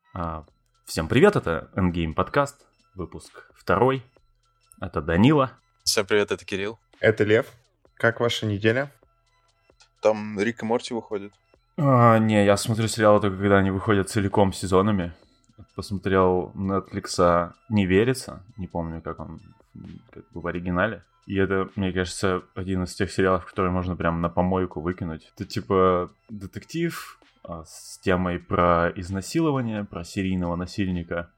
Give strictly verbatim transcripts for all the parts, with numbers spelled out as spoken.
А, Всем привет, это Endgame подкаст, выпуск второй. Это Данила. Всем привет, это Кирилл. Это Лев. Как ваша неделя? Там Рик и Морти выходит. А, не, я смотрю сериалы только когда они выходят целиком сезонами. Посмотрел Netflix «Не верится», не помню, как он как бы в оригинале. И это, мне кажется, один из тех сериалов, которые можно прям на помойку выкинуть. Это типа детектив а, с темой про изнасилование, про серийного насильника.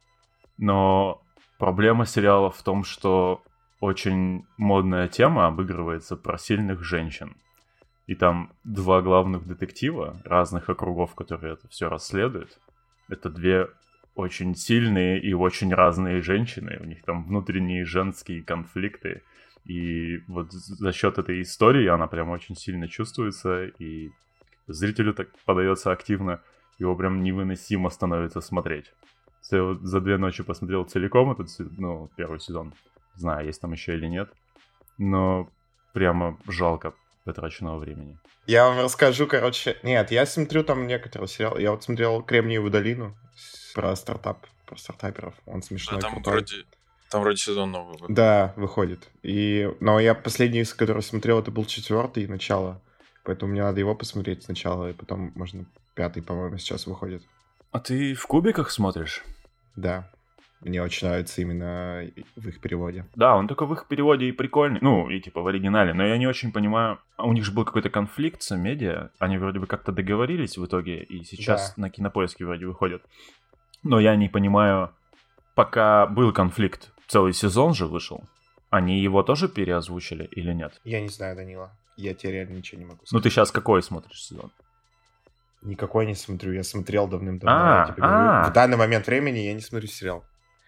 Но проблема сериала в том, что очень модная тема обыгрывается про сильных женщин. И там два главных детектива разных округов, которые это все расследуют. Это две очень сильные и очень разные женщины. У них там внутренние женские конфликты. И вот за счет этой истории она прям очень сильно чувствуется. И зрителю так подается активно. Его прям невыносимо становится смотреть. Я вот за две ночи посмотрел целиком этот, ну, первый сезон. Не знаю, есть там еще или нет. Но прямо жалко потраченного времени. Я вам расскажу, короче... Нет, я смотрю там некоторые сериалы. Я вот смотрел «Кремниевую долину» про стартап, про стартаперов. Он смешной, а там крутой. вроде, там вроде сезон новый выходит. Да, выходит. И... Но я последний, который смотрел, это был четвертый, начало. Поэтому мне надо его посмотреть сначала, и потом можно пятый, по-моему, сейчас выходит. А ты в кубиках смотришь? Да. Мне очень нравится именно в их переводе. Да, он только в их переводе и прикольный. Ну, и типа в оригинале. Но я не очень понимаю. У них же был какой-то конфликт с медиа. Они вроде бы как-то договорились в итоге. И сейчас Да. на Кинопоиске вроде выходят. Но я не понимаю. Пока был конфликт, целый сезон же вышел. Они его тоже переозвучили или нет? Я не знаю, Данила. Я тебе реально ничего не могу сказать. Ну ты сейчас какой смотришь сезон? Никакой не смотрю. Я смотрел давным-давно. А, я тебе говорю. а. В данный момент времени я не смотрю сериал.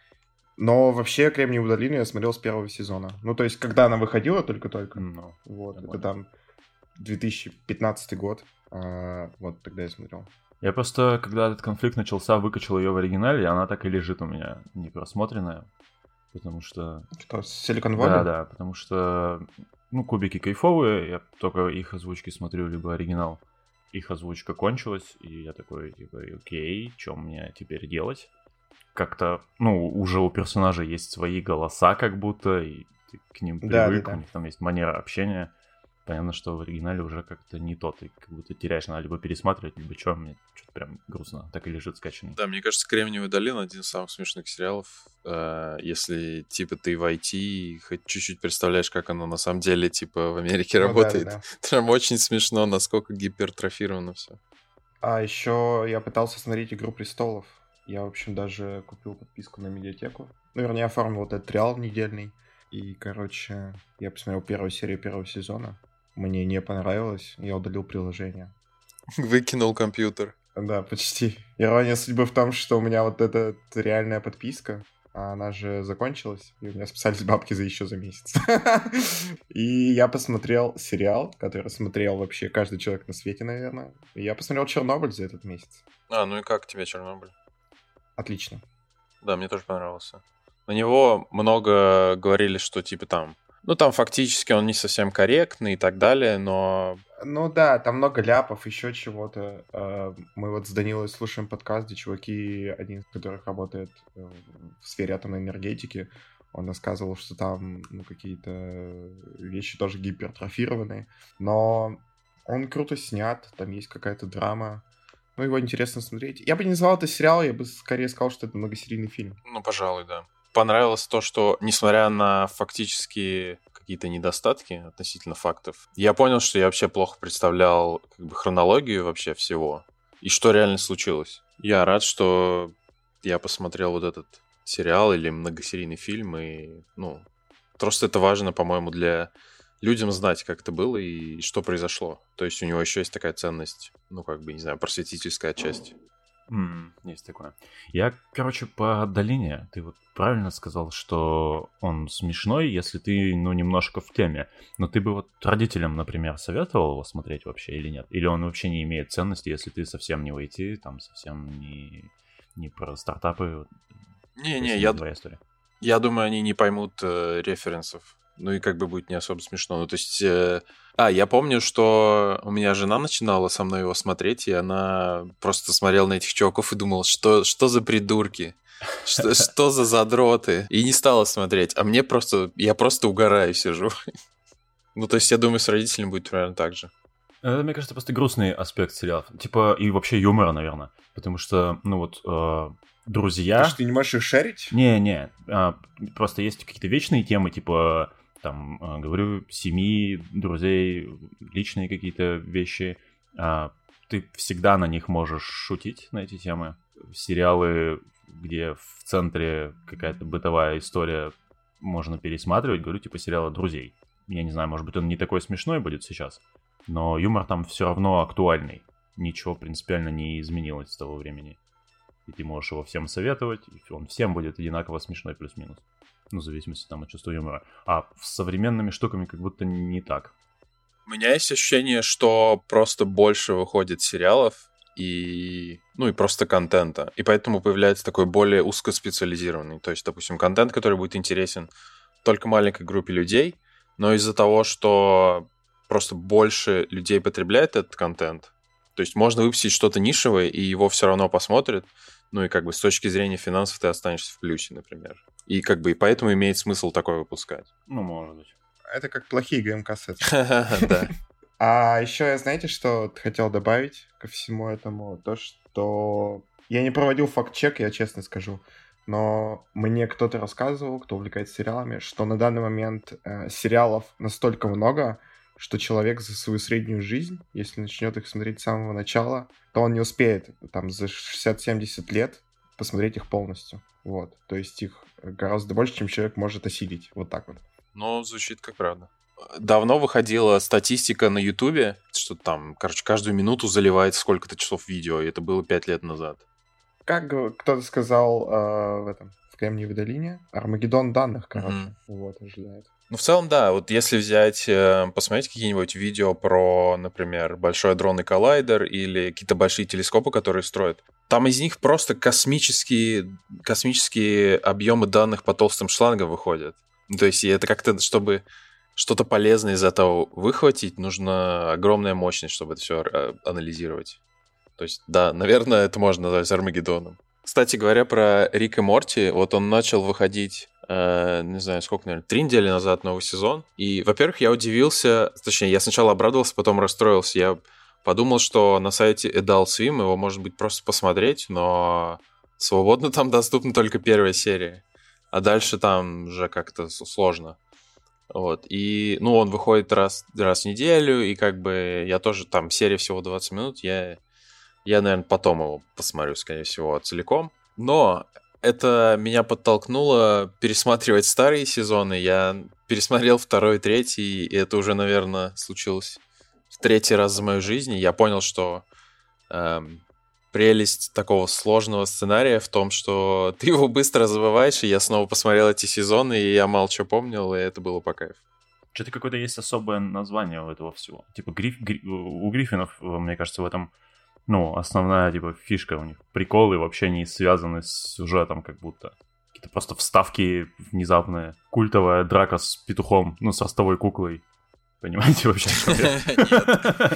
Но вообще «Кремниевую долину» я смотрел с первого сезона. Ну, то есть, когда она выходила только-только. Ну, Вот, я это понял. там две тысячи пятнадцатый год. А, вот тогда я смотрел. Я просто, когда этот конфликт начался, выкачал ее в оригинале, и она так и лежит у меня непросмотренная. Потому что... Что, Silicon Valley? Да, да, потому что, ну, кубики кайфовые, я только их озвучки смотрю, либо оригинал. Их озвучка кончилась, и я такой, типа, окей, что мне теперь делать? Как-то, ну, уже у персонажей есть свои голоса, как будто, и ты к ним Да, привык, да, да. у них там есть манера общения. Понятно, что в оригинале уже как-то не то, ты как будто теряешь, надо либо пересматривать, либо что, мне что-то прям грустно, так и лежит скачанный. Да, мне кажется, «Кремниевая долина» один из самых смешных сериалов. Э, если, типа, ты в ай ти хоть чуть-чуть представляешь, как оно на самом деле, типа, в Америке Ну, работает. да, да, да. Прям очень смешно, насколько гипертрофировано все. А еще я пытался смотреть «Игру престолов». Я, в общем, даже купил подписку на медиатеку. Ну, вернее, оформил вот этот триал недельный. И, короче, я посмотрел первую серию первого сезона. Мне не понравилось. Я удалил приложение. Выкинул компьютер. Да, почти. Ирония судьбы в том, что у меня вот эта реальная подписка, а она же закончилась, и у меня списались бабки за еще за месяц. И я посмотрел сериал, который смотрел вообще каждый человек на свете, наверное. И я посмотрел «Чернобыль» за этот месяц. А, ну и как тебе «Чернобыль»? Отлично. Да, мне тоже понравился. На него много говорили, что типа там... Ну, там фактически он не совсем корректный и так далее, но... Ну да, там много ляпов, еще чего-то. Э, Мы вот с Данилой слушаем подкаст, где чуваки, один из которых работает э, в сфере атомной энергетики, он рассказывал, что там ну, какие-то вещи тоже гипертрофированные. Но он круто снят, там есть какая-то драма. Ну, его интересно смотреть. Я бы не назвал это сериал, я бы скорее сказал, что это многосерийный фильм. Ну, пожалуй, да. Понравилось то, что, несмотря на фактически какие-то недостатки относительно фактов, я понял, что я вообще плохо представлял как бы хронологию вообще всего и что реально случилось. Я рад, что я посмотрел вот этот сериал или многосерийный фильм, и, ну, просто это важно, по-моему, для людям знать, как это было и что произошло. То есть у него еще есть такая ценность, ну, как бы, не знаю, просветительская часть. Mm, есть такое. Я, короче, по долине, ты вот правильно сказал, что он смешной, если ты, ну, немножко в теме. Но ты бы вот родителям, например, советовал его смотреть вообще или нет? Или он вообще не имеет ценности, если ты совсем не в ай ти, там совсем не, не про стартапы? Не-не, я, твоя история. я думаю, они не поймут э, референсов. ну и как бы будет не особо смешно. Ну, то есть... Э... А, я помню, что у меня жена начинала со мной его смотреть, и она просто смотрела на этих чуваков и думала, что, что за придурки, что, что за задроты. И не стала смотреть. А мне просто... Я просто угораю, сижу. Ну, то есть, я думаю, с родителями будет примерно так же. Это, мне кажется, просто грустный аспект сериалов. Типа, и вообще юмора, наверное. Потому что, ну вот, э, друзья... Потому что ты не можешь их шерить? Не-не, э, просто есть какие-то вечные темы, типа, там, э, говорю, семьи, друзей, личные какие-то вещи. Э, ты всегда на них можешь шутить, на эти темы. Сериалы, где в центре какая-то бытовая история, можно пересматривать, говорю, типа, сериалы «Друзей». Я не знаю, может быть, он не такой смешной будет сейчас, но юмор там все равно актуальный. Ничего принципиально не изменилось с того времени. И ты можешь его всем советовать, и он всем будет одинаково смешной плюс-минус. Ну, в зависимости там от чувства юмора. А с современными штуками как будто не так. У меня есть ощущение, что просто больше выходит сериалов и, ну, и просто контента. И поэтому появляется такой более узкоспециализированный. То есть, допустим, контент, который будет интересен только маленькой группе людей, но из-за того, что просто больше людей потребляет этот контент, то есть можно выпустить что-то нишевое, и его все равно посмотрят, ну и как бы с точки зрения финансов ты останешься в плюсе, например. И как бы и поэтому имеет смысл такое выпускать. Ну, может быть. Это как плохие ГМ-кассеты. Да. А еще я, знаете, что хотел добавить ко всему этому? То, что я не проводил факт-чек, я честно скажу, но мне кто-то рассказывал, кто увлекается сериалами, что на данный момент э, сериалов настолько много, что человек за свою среднюю жизнь, если начнет их смотреть с самого начала, то он не успеет там за шестьдесят-семьдесят лет посмотреть их полностью. Вот. То есть их гораздо больше, чем человек может осилить. Вот так вот. Ну, звучит как правда. Давно выходила статистика на Ютубе, что там, короче, каждую минуту заливает сколько-то часов видео, и это было пять лет назад. Как кто-то сказал э, в этом, в Кремниевой долине, Армагеддон данных, короче, mm-hmm. вот, ожидает. Ну, в целом, да, вот если взять, э, посмотреть какие-нибудь видео про, например, Большой адронный коллайдер или какие-то большие телескопы, которые строят, там из них просто космические, космические объемы данных по толстым шлангам выходят. Ну, то есть это как-то, чтобы что-то полезное из этого выхватить, нужна огромная мощность, чтобы это все анализировать. То есть, да, наверное, это можно назвать Армагеддоном. Кстати говоря, про Рик и Морти, вот он начал выходить, э, не знаю, сколько, наверное, три недели назад новый сезон. И, во-первых, я удивился, точнее, я сначала обрадовался, потом расстроился. Я подумал, что на сайте Adult Swim его можно будет просто посмотреть, но свободно там доступна только первая серия. А дальше там уже как-то сложно. Вот. И, ну, он выходит раз, раз в неделю, и как бы я тоже, там, серия всего двадцать минут, я... Я, наверное, потом его посмотрю, скорее всего, целиком. Но это меня подтолкнуло пересматривать старые сезоны. Я пересмотрел второй, третий, и это уже, наверное, случилось в третий раз за мою жизнь. И я понял, что эм, прелесть такого сложного сценария в том, что ты его быстро забываешь, и я снова посмотрел эти сезоны, и я мало что помнил, и это было по кайфу. Что-то какое-то есть особое название у этого всего. Типа Гриф... Гри... у Гриффинов, мне кажется, в этом... Ну, основная, типа, фишка у них. Приколы вообще не связаны с сюжетом, как будто. Какие-то просто вставки внезапные. Культовая драка с петухом, ну, с ростовой куклой. Понимаете вообще, что я?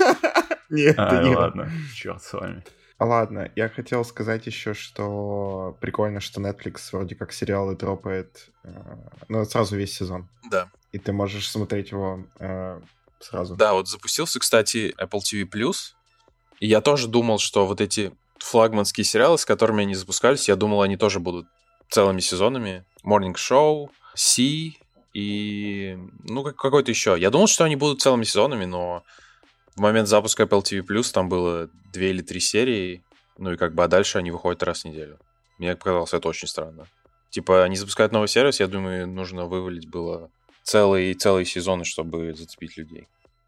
Нет, Ай, ладно, черт с вами. Ладно, я хотел сказать еще, что прикольно, что Netflix вроде как сериалы дропает, ну, сразу весь сезон. Да. И ты можешь смотреть его сразу. Да, вот запустился, кстати, Apple ти ви плюс. И я тоже думал, что вот эти флагманские сериалы, с которыми они запускались, я думал, они тоже будут целыми сезонами. Morning Show, Си и... ну, какой-то еще. Я думал, что они будут целыми сезонами, но в момент запуска Apple ти ви плюс там было две или три серии, ну и как бы, а дальше они выходят раз в неделю. Мне показалось это очень странно. Типа, они запускают новый сервис, я думаю, нужно вывалить было целые целые сезоны, чтобы зацепить людей.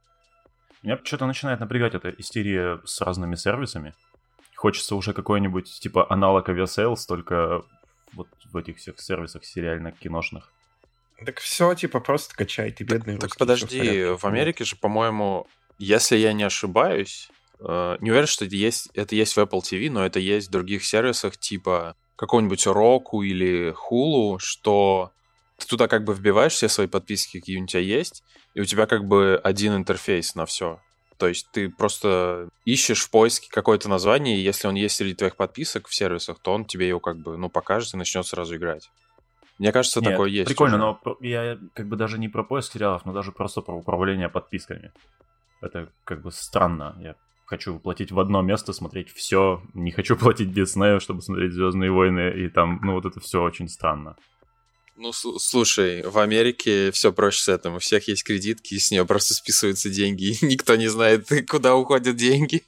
Меня что-то начинает напрягать эта истерия с разными сервисами. Хочется уже какой-нибудь, типа, аналог авиасейлс, только вот в этих всех сервисах сериально-киношных. Так все, типа, просто качай, ты бедный так, русский. Так подожди, в, в Америке же, по-моему, если я не ошибаюсь, э, не уверен, что это есть, это есть в Apple ти ви, но это есть в других сервисах, типа какого-нибудь Roku или Hulu, что ты туда как бы вбиваешь все свои подписки, какие у тебя есть, и у тебя как бы один интерфейс на все. То есть ты просто ищешь в поиске какое-то название, и если он есть среди твоих подписок в сервисах, то он тебе его как бы, ну, покажет и начнет сразу играть. Мне кажется, Нет, такое есть прикольно, уже. но про- я как бы даже не про поиск сериалов, но даже просто про управление подписками. Это как бы странно. Я хочу платить в одно место, смотреть все. Не хочу платить Диснею, чтобы смотреть «Звездные войны». И там, ну вот это все очень странно. Ну, с- слушай, в Америке все проще с этим. У всех есть кредитки, и с нее просто списываются деньги. И никто не знает, куда уходят деньги.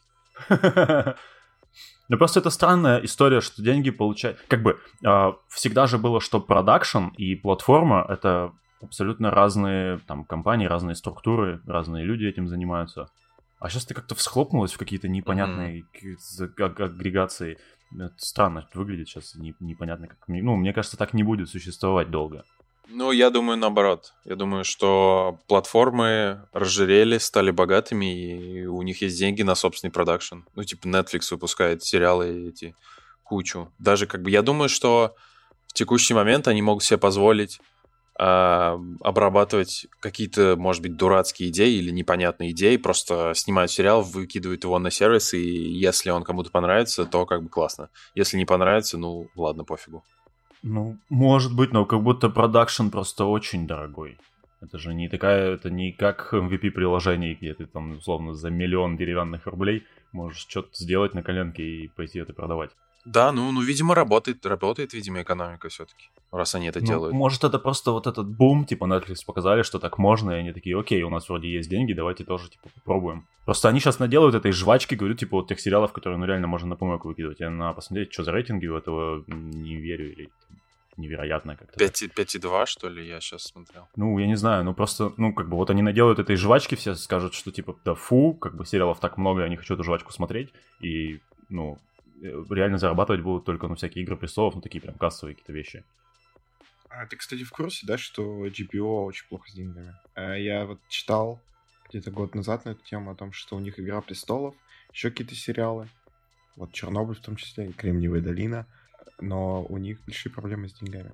Ну просто это странная история, что деньги получают... Как бы а, всегда же было, что продакшн и платформа — это абсолютно разные там компании, разные структуры, разные люди этим занимаются. А сейчас ты как-то всхлопнулась в какие-то непонятные mm-hmm. аг- агрегации. Это странно выглядит сейчас, не- непонятно как... Ну, мне кажется, так не будет существовать долго. Ну, я думаю, наоборот. Я думаю, что платформы разжирели, стали богатыми, и у них есть деньги на собственный продакшн. Ну, типа Netflix выпускает сериалы эти кучу. Даже как бы я думаю, что в текущий момент они могут себе позволить э, обрабатывать какие-то, может быть, дурацкие идеи или непонятные идеи, просто снимают сериал, выкидывают его на сервис, и если он кому-то понравится, то как бы классно. Если не понравится, ну, ладно, пофигу. Ну, может быть, но как будто продакшн просто очень дорогой. Это же не такая, это не как эм ви пи-приложение, где ты там, условно, за миллион деревянных рублей можешь что-то сделать на коленке и пойти это продавать. Да, ну, ну, видимо, работает, работает, видимо, экономика все-таки, раз они это Ну, делают. может, это просто вот этот бум, типа, Netflix показали, что так можно, и они такие, окей, у нас вроде есть деньги, давайте тоже, типа, попробуем. Просто они сейчас наделают этой жвачки, говорю, типа, вот тех сериалов, которые, ну, реально можно на помойку выкидывать. Я на посмотреть, что за рейтинги у этого, не верю, или невероятно как-то. пять и два, что ли, я сейчас смотрел. Ну, я не знаю, ну просто, ну, как бы вот они наделают этой жвачки, все скажут, что типа, да фу, как бы сериалов так много, я не хочу эту жвачку смотреть, и, ну, реально зарабатывать будут только, ну, всякие Игры Престолов, ну, такие прям кассовые какие-то вещи. А ты, кстати, в курсе, да, что джи пи о очень плохо с деньгами? Я вот читал где-то год назад на эту тему о том, что у них Игра Престолов, еще какие-то сериалы, вот Чернобыль в том числе, Кремниевая долина, но у них большие проблемы с деньгами.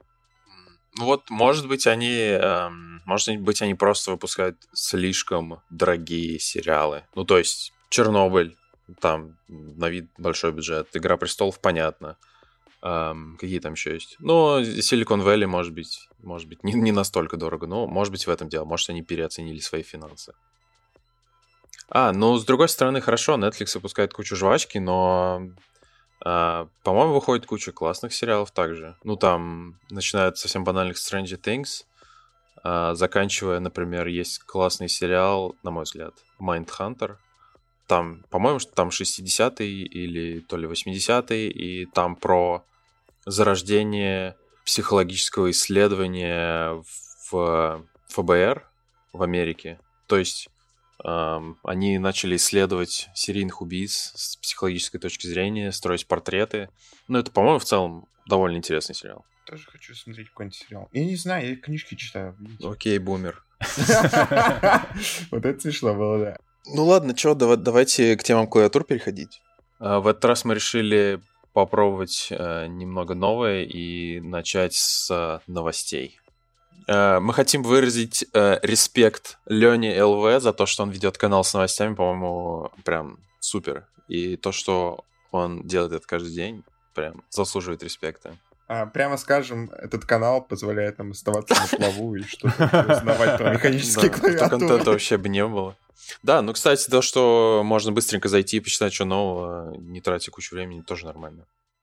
Ну вот, может быть, они, эм, может быть, они просто выпускают слишком дорогие сериалы. Ну, то есть, Чернобыль, там на вид большой бюджет, Игра Престолов, понятно. Эм, какие там еще есть? Ну, Silicon Valley, может быть, может быть, не, не настолько дорого, но, может быть, в этом дело. Может, они переоценили свои финансы. А, ну, с другой стороны, хорошо, Netflix выпускает кучу жвачки, но... Uh, по-моему, выходит куча классных сериалов также. Ну, там, начиная от совсем банальных Stranger Things, uh, заканчивая, например, есть классный сериал, на мой взгляд, Mindhunter. Там, по-моему, что там шестидесятые или то ли восьмидесятые, и там про зарождение психологического исследования в эф бэ эр в Америке. То есть Um, они начали исследовать серийных убийц с психологической точки зрения, строить портреты. Ну, это, по-моему, в целом довольно интересный сериал. Тоже хочу смотреть какой-нибудь сериал. Я не знаю, я книжки читаю. Окей, бумер. Вот это смешно было, да. Ну ладно, что, давайте к темам клавиатур переходить. В этот раз мы решили попробовать немного новое и начать с новостей. Мы хотим выразить э, респект Лене эл ви за то, что он ведет канал с новостями, по-моему, прям супер. И то, что он делает это каждый день, прям заслуживает респекта. А, прямо скажем, этот канал позволяет нам оставаться на плаву и что-то узнавать про механические клавиатуры. Контента вообще бы не было. Да, ну, кстати, то, что можно быстренько зайти и почитать, что нового, не тратя кучу времени, тоже нормально.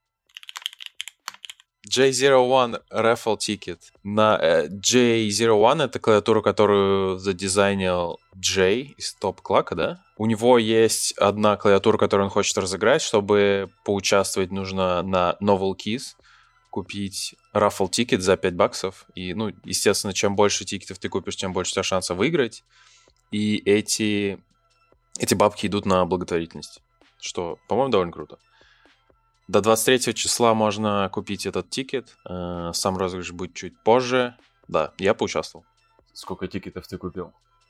джей зеро один Raffle Ticket. На э, джей зеро один это клавиатура, которую задизайнил Джей из Top Clock, да? У него есть одна клавиатура, которую он хочет разыграть. Чтобы поучаствовать, нужно на Novel Keys купить Raffle Ticket за пять баксов. И, ну, естественно, чем больше тикетов ты купишь, тем больше у тебя шансов выиграть. И эти, эти бабки идут на благотворительность. Что, по-моему, довольно круто. До двадцать третьего числа можно купить этот тикет. Сам розыгрыш будет чуть позже. Да, я поучаствовал. Сколько тикетов ты купил?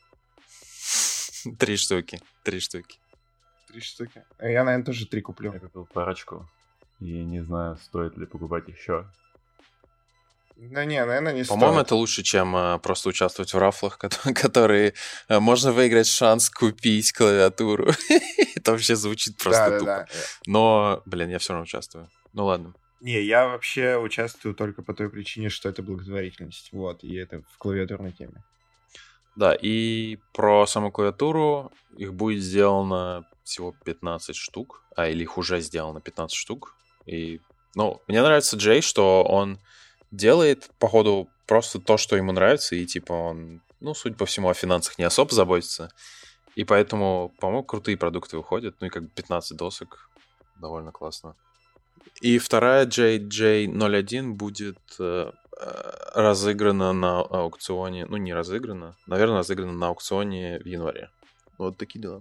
Три штуки. Три штуки. Три штуки. Я, наверное, тоже три куплю. Я купил парочку. И не знаю, стоит ли покупать еще. Да не, наверное, не По-моему, стоит. это лучше, чем э, просто участвовать в рафлах, ко- которые э, можно выиграть шанс купить клавиатуру. Это вообще звучит просто тупо. Да-да-да. Но, блин, я все равно участвую. Ну ладно. Не, я вообще участвую только по той причине, что это благотворительность. Вот, и это в клавиатурной теме. Да, и про саму клавиатуру. Их будет сделано всего пятнадцать штук. А, или их уже сделано пятнадцать штук. И, ну, мне нравится Джей, что он делает, походу, просто то, что ему нравится. И, типа, он, ну, судя по всему, о финансах не особо заботится. И поэтому, по-моему, крутые продукты выходят. Ну, и как бы пятнадцать досок. Довольно классно. И вторая джей джей ноль один будет э, э, разыграна на аукционе. Ну, не разыграна. Наверное, разыграна на аукционе в январе. Вот такие дела.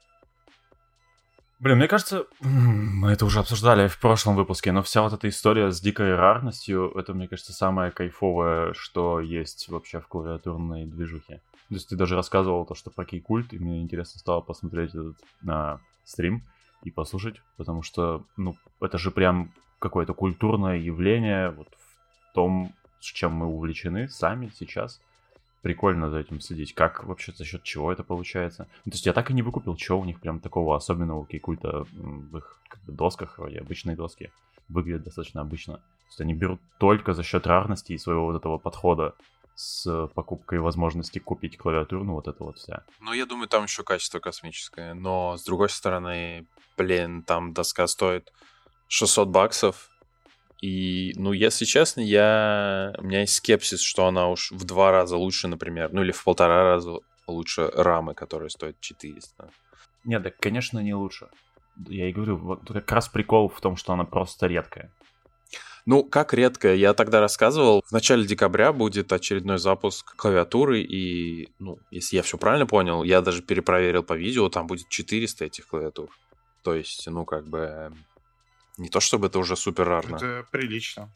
Блин, мне кажется, мы это уже обсуждали в прошлом выпуске, но вся вот эта история с дикой рарностью, это, мне кажется, самое кайфовое, что есть вообще в клавиатурной движухе. То есть ты даже рассказывал то, что про кейкульт, и мне интересно стало посмотреть этот на стрим и послушать, потому что, ну, это же прям какое-то культурное явление вот в том, с чем мы увлечены сами сейчас. Прикольно за этим следить. Как вообще, за счет чего это получается? Ну, то есть я так и не выкупил, что у них прям такого особенного у кейкульта в их как бы, досках, вроде обычные доски, выглядят достаточно обычно. То есть они берут только за счет рарности и своего вот этого подхода с покупкой возможности купить клавиатуру, ну вот это вот вся. Ну, я думаю, там еще качество космическое. Но, с другой стороны, блин, там доска стоит шестьсот баксов. И, ну, если честно, я... у меня есть скепсис, что она уж в два раза лучше, например, ну или в полтора раза лучше рамы, которая стоит четыреста. Нет, да, конечно, не лучше. Я и говорю, вот как раз прикол в том, что она просто редкая. Ну, как редко, я тогда рассказывал, в начале декабря будет очередной запуск клавиатуры, и, ну, если я все правильно понял, я даже перепроверил по видео, там будет четыреста этих клавиатур. То есть, ну, как бы, не то чтобы это уже супер рарно. Это прилично.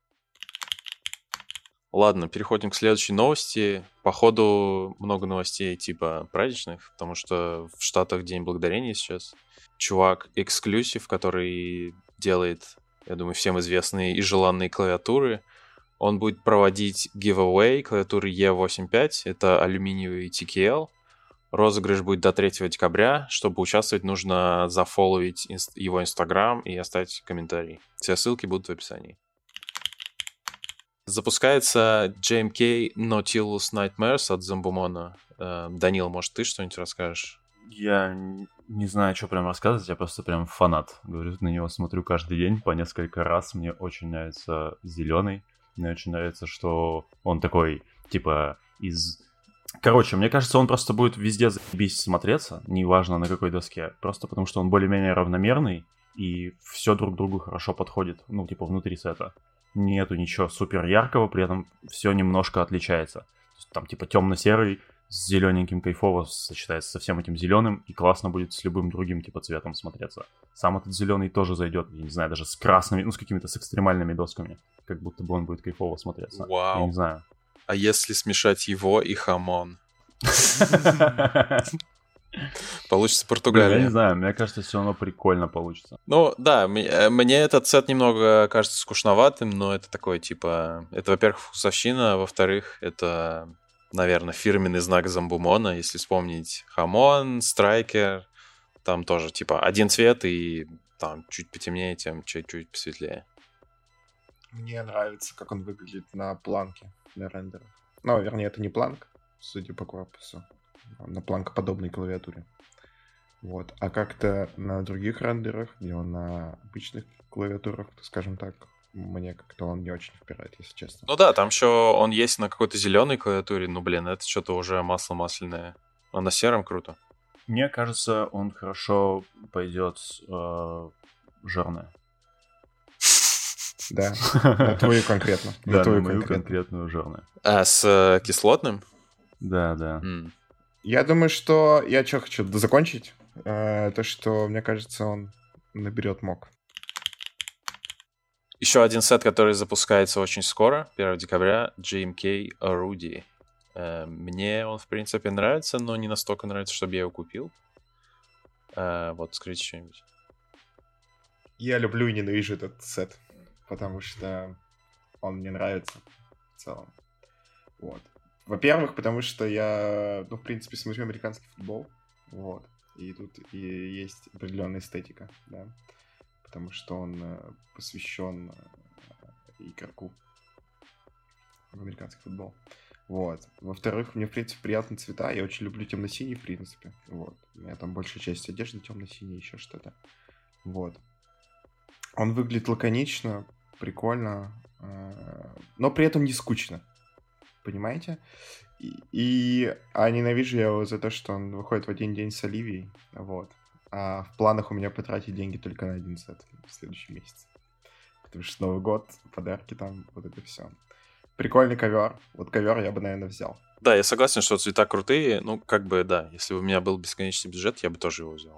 Ладно, переходим к следующей новости. Походу, много новостей типа праздничных, потому что в Штатах День Благодарения сейчас. Чувак Exclusive, который делает, я думаю, всем известные и желанные клавиатуры, он будет проводить giveaway клавиатуры и восемь пять. Это алюминиевый ти кей эл. Розыгрыш будет до третьего декабря. Чтобы участвовать, нужно зафолловить инст- его инстаграм и оставить комментарий. Все ссылки будут в описании. Запускается джей эм кей Nautilus Nightmares от Zambumon. Э, Данил, может, ты что-нибудь расскажешь? Я н- не знаю, что прям рассказывать, я просто прям фанат. Говорю, на него смотрю каждый день по несколько раз. Мне очень нравится зеленый. Мне очень нравится, что он такой, типа, из... Короче, мне кажется, он просто будет везде заебись смотреться, неважно на какой доске. Просто потому, что он более-менее равномерный, и все друг другу хорошо подходит, ну, типа, внутри сета. Нету ничего супер яркого, при этом все немножко отличается. То есть, там, типа, темно-серый с зелененьким кайфово сочетается со всем этим зеленым, и классно будет с любым другим, типа, цветом смотреться. Сам этот зеленый тоже зайдет, я не знаю, даже с красными, ну, с какими-то с экстремальными досками. Как будто бы он будет кайфово смотреться. Вау. Я не знаю. А если смешать его и хамон? Получится Блин, Португалия. я не знаю, мне кажется, все равно прикольно получится. Ну, да, м- э, мне этот сет немного кажется скучноватым, но это такое, типа... Это, во-первых, вкусовщина, а во-вторых, это, наверное, фирменный знак Замбумона. Если вспомнить хамон, страйкер, там тоже, типа, один цвет и там чуть потемнее, тем чуть-чуть посветлее. Мне нравится, как он выглядит на планке для рендера. Ну, вернее, это не планк, судя по корпусу. На планкоподобной клавиатуре. Вот. А как-то на других рендерах, где он на обычных клавиатурах, скажем так, мне как-то он не очень впирает, если честно. Ну да, там еще он есть на какой-то зеленой клавиатуре, ну блин, это что-то уже масло масляное. А на сером круто. Мне кажется, он хорошо пойдет э, жирное. Да, на твою конкретно. Да, на мою конкретную жирную. А с э, кислотным? Да, да. М. Я думаю, что... Я что хочу закончить? Э, То, что, мне кажется, он наберет мок. Еще один сет, который запускается очень скоро, первого декабря, джей эм кей Rudy. Э, Мне он, в принципе, нравится, но не настолько нравится, чтобы я его купил. Э, Вот, скажите что-нибудь. Я люблю и ненавижу этот сет, потому что он мне нравится. в целом. Вот. Во-первых, потому что я, ну, в принципе, смотрю американский футбол, вот, и тут и есть определенная эстетика, да, потому что он э, посвящен э, игроку в американский футбол, вот. Во-вторых, мне, в принципе, приятны цвета, я очень люблю темно-синий, в принципе, вот, у меня там большая часть одежды темно-синяя, еще что-то, вот. Он выглядит лаконично, прикольно, э, но при этом не скучно. Понимаете? И, и а ненавижу я его за то, что он выходит в один день с Оливией. Вот. А в планах у меня потратить деньги только на один сет в следующем месяце. Потому что Новый год, подарки там, вот это все. Прикольный ковер. Вот ковер я бы, наверное, взял. Да, я согласен, что цвета крутые. Ну, как бы, да, если бы у меня был бесконечный бюджет, я бы тоже его взял.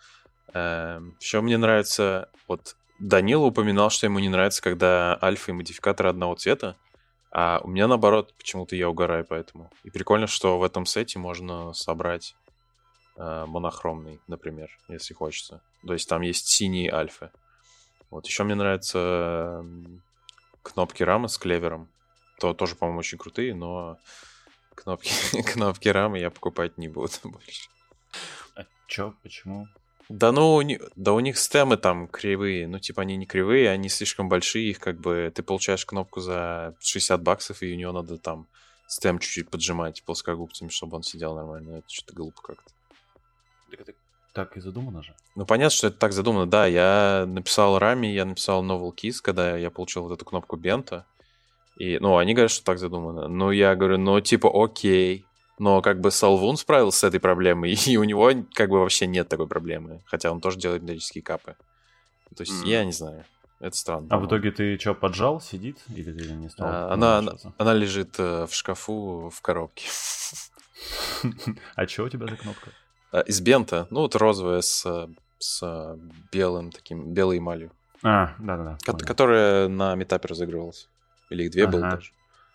Эм, еще мне нравится... Вот Данила упоминал, что ему не нравится, когда альфа и модификаторы одного цвета. А у меня, наоборот, почему-то я угораю поэтому. И прикольно, что в этом сете можно собрать э, монохромный, например, если хочется. То есть там есть синие альфы. Вот. Еще мне нравятся кнопки рамы с клевером. То тоже, по-моему, очень крутые, но кнопки, кнопки рамы я покупать не буду больше. А чё? Почему? Да ну, у них, да у них стемы там кривые. Ну, типа, они не кривые, они слишком большие. Их как бы... Ты получаешь кнопку за шестьдесят баксов, и у нее надо там стем чуть-чуть поджимать плоскогубцами, чтобы он сидел нормально. Это что-то глупо как-то. Так это так и задумано же. Ну, понятно, что это так задумано. Да, я написал Раме, я написал Novel Keys, когда я получил вот эту кнопку бента. И, ну, они говорят, что так задумано. Ну, я говорю, ну, типа, окей. Но как бы Салвун справился с этой проблемой, и у него как бы вообще нет такой проблемы. Хотя он тоже делает металлические капы. То есть, mm. я не знаю. Это странно. А в итоге ты что, поджал, сидит? Или ты не стал? А, она, она, она лежит э, в шкафу в коробке. А что у тебя за кнопка? Из бента. Ну, вот розовая с, с белым таким, белой эмалью. А, да-да-да. Ко- которая на метапе разыгрывалась. Или их две ага. было даже.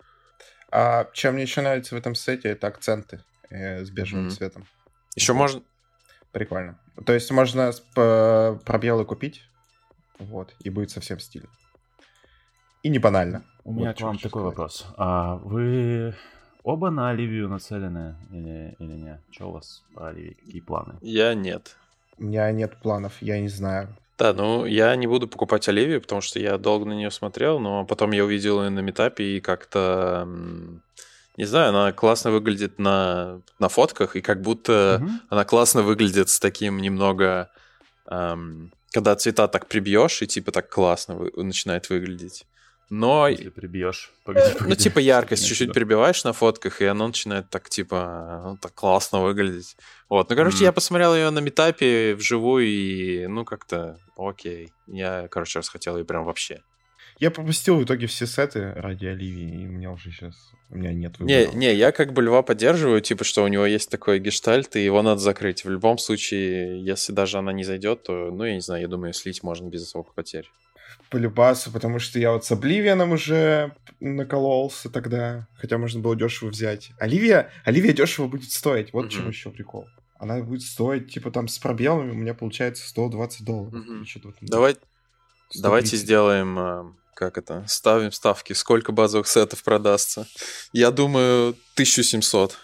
А чем мне еще нравится в этом сете, это акценты э, с бежевым mm-hmm. цветом. Еще вот. Можно... Прикольно. То есть можно по... пробелы купить, вот, и будет совсем стильно. И не банально. У вот меня к вам такой сказать. Вопрос. А вы оба на Оливию нацелены или, или нет? Что у вас по Оливии? Какие планы? Я нет. У меня нет планов, я не знаю. Да, ну я не буду покупать Оливию, потому что я долго на нее смотрел, но потом я увидел ее на метапе и как-то, не знаю, она классно выглядит на, на фотках, и как будто угу. она классно выглядит с таким немного, эм, когда цвета так прибьешь, и типа так классно вы, начинает выглядеть. Но... Если прибьешь. Погоди, погоди. Ну, типа яркость чуть-чуть прибиваешь на фотках, и оно начинает так, типа, ну, так классно выглядеть. Вот, ну, короче, mm. я посмотрел ее на метапе вживую, и, ну, как-то окей. Я, короче, расхотел ее прям вообще. Я пропустил в итоге все сеты ради Оливии, и у меня уже сейчас... У меня нет выбора. Не, не, я как бы Льва поддерживаю, типа, что у него есть такой гештальт, и его надо закрыть. В любом случае, если даже она не зайдет, то, ну, я не знаю, я думаю, слить можно без особых потерь. По любасу, потому что я вот с Обливианом уже накололся тогда, хотя можно было дешево взять. Оливия, Оливия дешево будет стоить, вот mm-hmm. чем еще прикол. Она будет стоить, типа, там, с пробелами, у меня получается сто двадцать долларов. Mm-hmm. Давай, давайте сделаем, как это, ставим ставки, сколько базовых сетов продастся. Я думаю, тысяча семьсот.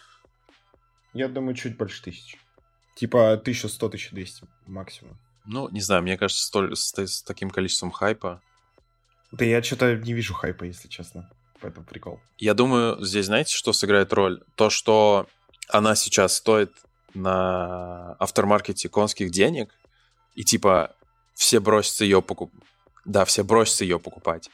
Я думаю, чуть больше тысячи. Типа, тысяча сто - тысяча двести максимум. Ну, не знаю, мне кажется, столь, с, с таким количеством хайпа... Да я что-то не вижу хайпа, если честно. Поэтому прикол. Я думаю, здесь, знаете, что сыграет роль? То, что она сейчас стоит на автормаркете конских денег, и типа все бросятся ее покупать. Да, все бросятся ее покупать.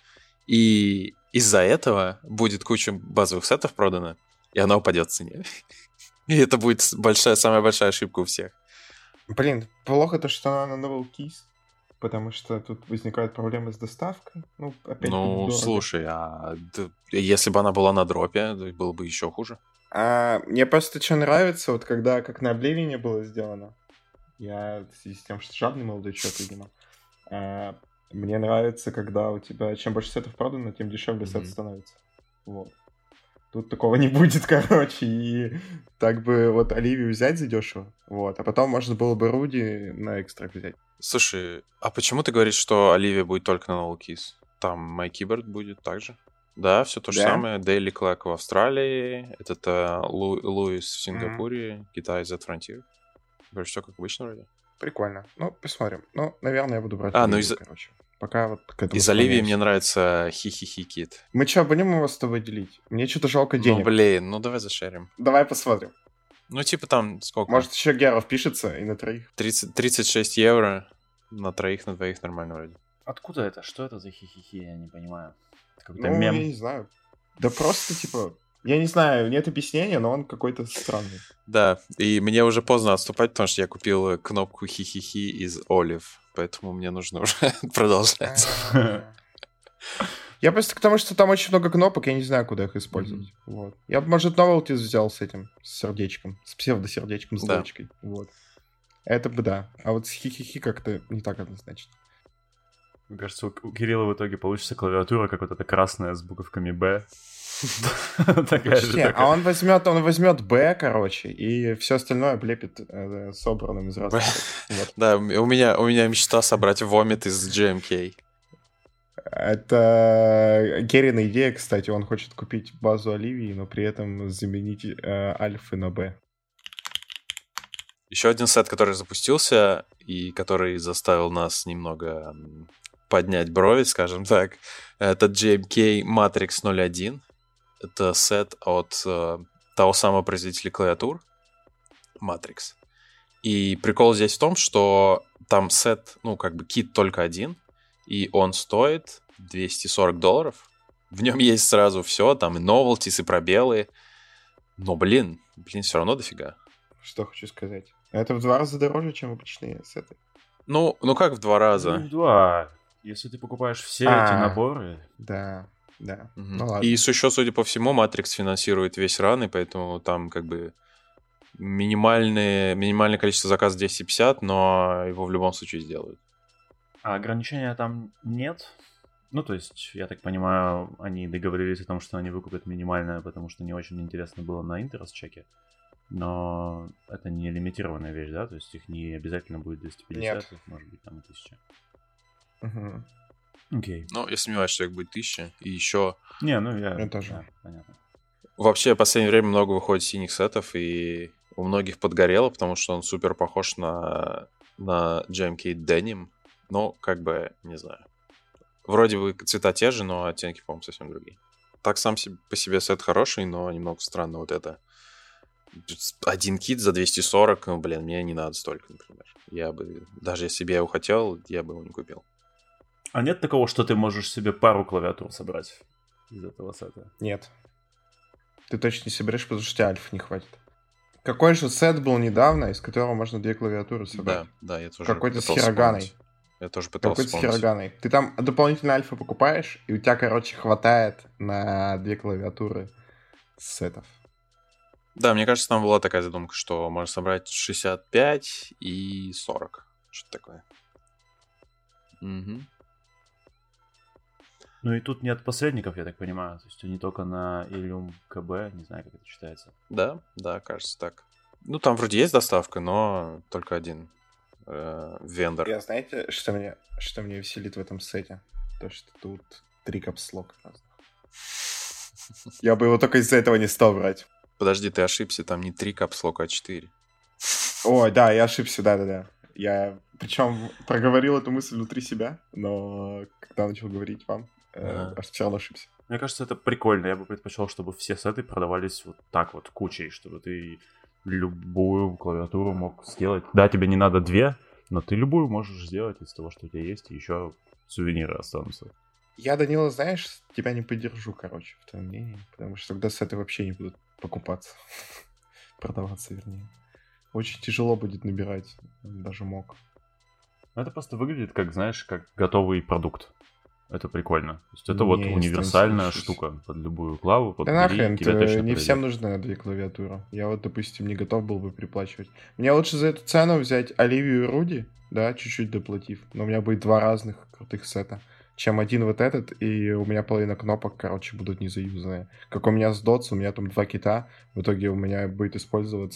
И из-за этого будет куча базовых сетов продано, и она упадет в цене. И это будет большая, самая большая ошибка у всех. Блин, плохо то, что она на Novel Keys, потому что тут возникают проблемы с доставкой. Ну, опять ну слушай, а да, если бы она была на дропе, было бы еще хуже. А, мне просто что нравится, вот когда как на Обливине было сделано, я в связи с тем, что жадный молодой человек, видимо, а, мне нравится, когда у тебя чем больше сетов продано, тем дешевле mm-hmm. сет становится. Вот. Тут такого не будет, короче, и так бы вот Оливию взять задешево, вот, а потом можно было бы Руди на экстра взять. Слушай, а почему ты говоришь, что Оливия будет только на Novel Keys? Там My Keyboard будет так же? Да, все то же Да? самое. Daily Clock в Австралии, этот э, Лу- Луис в Мгм. Сингапуре, Китай Z Frontier. Короче, все как обычно вроде. Прикольно. Ну, посмотрим. Ну, наверное, я буду брать А, ну Оливию, из, короче. Пока вот к этому из Оливии мне склоняюсь. нравится Хи-Хи-Хи Кит. Мы что, будем его с тобой делить? Мне что-то жалко Ну, денег. блин, ну давай зашерим. Давай посмотрим. Ну, типа там сколько? Может, еще Гера впишется и на троих? тридцать, тридцать шесть евро на троих, на двоих нормально вроде. Откуда это? Что это за хихихи? Я не понимаю. Это какой-то Ну, я мем. не знаю. Да просто, типа... Я не знаю, нет объяснения, но он какой-то странный. Да, и мне уже поздно отступать, потому что я купил кнопку хи-хи-хи из Olive, поэтому мне нужно уже продолжать. А. Я просто к тому, что там очень много кнопок, я не знаю, куда их использовать. Вот. Я бы, может, Novelty взял с этим, с сердечком, с псевдосердечком, с Да. галочкой. Вот. Это бы да. А вот с хи-хи-хи как-то не так однозначно. Мне кажется, у у Кирилла в итоге получится клавиатура, как вот эта красная с буковками «Б». Такая же. Вообще, а такая. он возьмет, он возьмет Б, короче, и все остальное облепит э, собранным из разных. Вот. Да, у меня, у меня мечта собрать вомит из джей эм кей. Это Герина идея, кстати. Он хочет купить базу Оливии, но при этом заменить э, альфы на Б. Еще один сет, который запустился и который заставил нас немного м, поднять брови, скажем так, это джей эм кей Matrix ноль один. Это сет от э, того самого производителя клавиатур Matrix. И прикол здесь в том, что там сет, ну, как бы кит только один, и он стоит двести сорок долларов. В нем есть сразу все, там и novelties, и пробелы. Но, блин, блин, все равно дофига. Что хочу сказать. Это в два раза дороже, чем обычные сеты. Ну, ну как в два Ну, раза. да. Если ты покупаешь все А. эти наборы, Да, да. Мгм. Ну ладно. И еще, судя по всему, Matrix финансирует весь ран, и поэтому там как бы минимальное, минимальное количество заказов двести пятьдесят, но его в любом случае сделают. а ограничения там нет. Ну, то есть, я так понимаю, они договорились о том, что они выкупят минимальное, потому что не очень интересно было на интерес-чеке. Но это не лимитированная вещь, да? То есть их не обязательно будет двести пятьдесят, Нет. их может быть там и тысяча. Мгм. Окей. Ну, я сомневаюсь, что их будет тысяча. И еще Не, ну я... Я тоже. да, понятно. вообще в последнее время много выходит синих сетов, и у многих подгорело, потому что он супер похож на, на джей эм кей Denim. Но, как бы, не знаю. Вроде бы цвета те же, но оттенки, по-моему, совсем другие. Так сам себе, по себе сет хороший, но немного странно вот это. Один кит за двести сорок, ну, блин, мне не надо столько, например. Я бы, даже если бы я его хотел, я бы его не купил. А нет такого, что ты можешь себе пару клавиатур собрать из этого сета? Нет. Ты точно не соберешь, потому что тебе альфа не хватит. Какой же сет был недавно, из которого можно две клавиатуры собрать? Да, да, я тоже Какой-то с пытался хироганой. вспомнить. Я тоже пытался Какой-то с вспомнить. хироганой. Ты там дополнительно альфа покупаешь, и у тебя, короче, хватает на две клавиатуры сетов. Да, мне кажется, там была такая задумка, что можно собрать шестьдесят пять и сорок. Что-то такое. Мгм. Ну и тут нет посредников, я так понимаю. То есть они только на Ilium ка би, не знаю, как это читается. Да, да, кажется так. Ну, там вроде есть доставка, но только один э, вендор. Я знаете, что мне, что мне веселит в этом сете? То, что тут три капслока разных. Я бы его только из-за этого не стал брать. Подожди, ты ошибся, там не три капслока, а четыре. Ой, да, я ошибся, да-да-да. Я, причем, проговорил эту мысль внутри себя, но когда начал говорить вам, э, Ага. аж все равно ошибся. Мне кажется, это прикольно. Я бы предпочел, чтобы все сеты продавались вот так вот, кучей, чтобы ты любую клавиатуру мог сделать. Да, тебе не надо две, но ты любую можешь сделать из того, что у тебя есть, и еще сувениры останутся. Я, Данила, знаешь, тебя не поддержу, короче, в твоем мнении, потому что тогда сеты вообще не будут покупаться. Продаваться, вернее. Очень тяжело будет набирать, даже мог. Ну, это просто выглядит как, знаешь, как готовый продукт. Это прикольно. То есть это вот Не, я с тобой универсальная соглашусь. штука под любую клаву, под Да бери, нахрен, тебе ты- точно не подойдет. всем нужны две клавиатуры. Я вот, допустим, не готов был бы приплачивать. Мне лучше за эту цену взять Оливию и Руди, да, чуть-чуть доплатив, но у меня будет два разных крутых сета, чем один вот этот, и у меня половина кнопок, короче, будут не заюзанные. Как у меня с дотс, у меня там два кита, в итоге у меня будет использоваться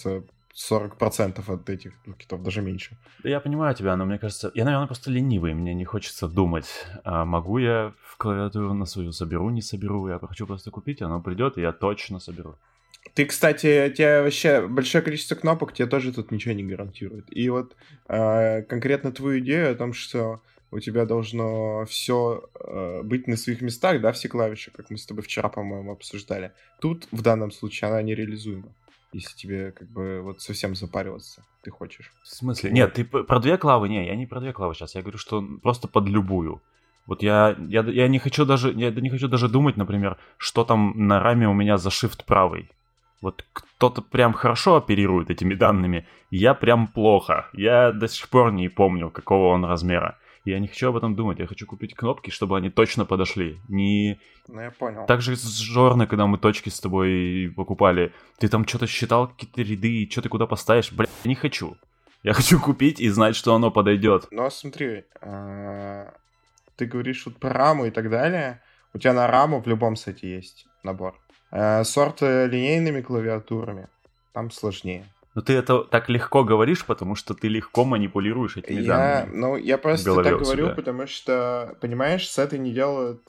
сорок процентов от этих китов, даже меньше. Да я понимаю тебя, но мне кажется... Я, наверное, просто ленивый, мне не хочется думать. А могу я в клавиатуру на свою соберу, не соберу? Я хочу просто купить, оно придет, и я точно соберу. Ты, кстати, у тебя вообще большое количество кнопок, тебе тоже тут ничего не гарантирует. И вот э, конкретно твою идею о том, что у тебя должно все э, быть на своих местах, да, все клавиши, как мы с тобой вчера, по-моему, обсуждали. Тут, в данном случае, она нереализуема. Если тебе, как бы, вот совсем запариваться ты хочешь. В смысле? Нет, ты про две клавы? Не, я не про две клавы сейчас. Я говорю, что просто под любую. Вот я, я, я не хочу даже, я не хочу даже думать, например, что там на раме у меня за shift правый. Вот кто-то прям хорошо оперирует этими данными, я прям плохо. Я до сих пор не помню, какого он размера. Я не хочу об этом думать, я хочу купить кнопки, чтобы они точно подошли. Не... Ну, я понял. Так же с Жорной, когда мы точки с тобой покупали, ты там что-то считал, какие-то ряды, что ты куда поставишь. Бля, я не хочу. Я хочу купить и знать, что оно подойдет. Ну, смотри, ты говоришь вот про раму и так далее. У тебя на раму в любом сете есть набор. Сорт линейными клавиатурами там сложнее. Но ты это так легко говоришь, потому что ты легко манипулируешь этими я, данными. Ну, я просто так говорю, себя. Потому что, понимаешь, сеты не делают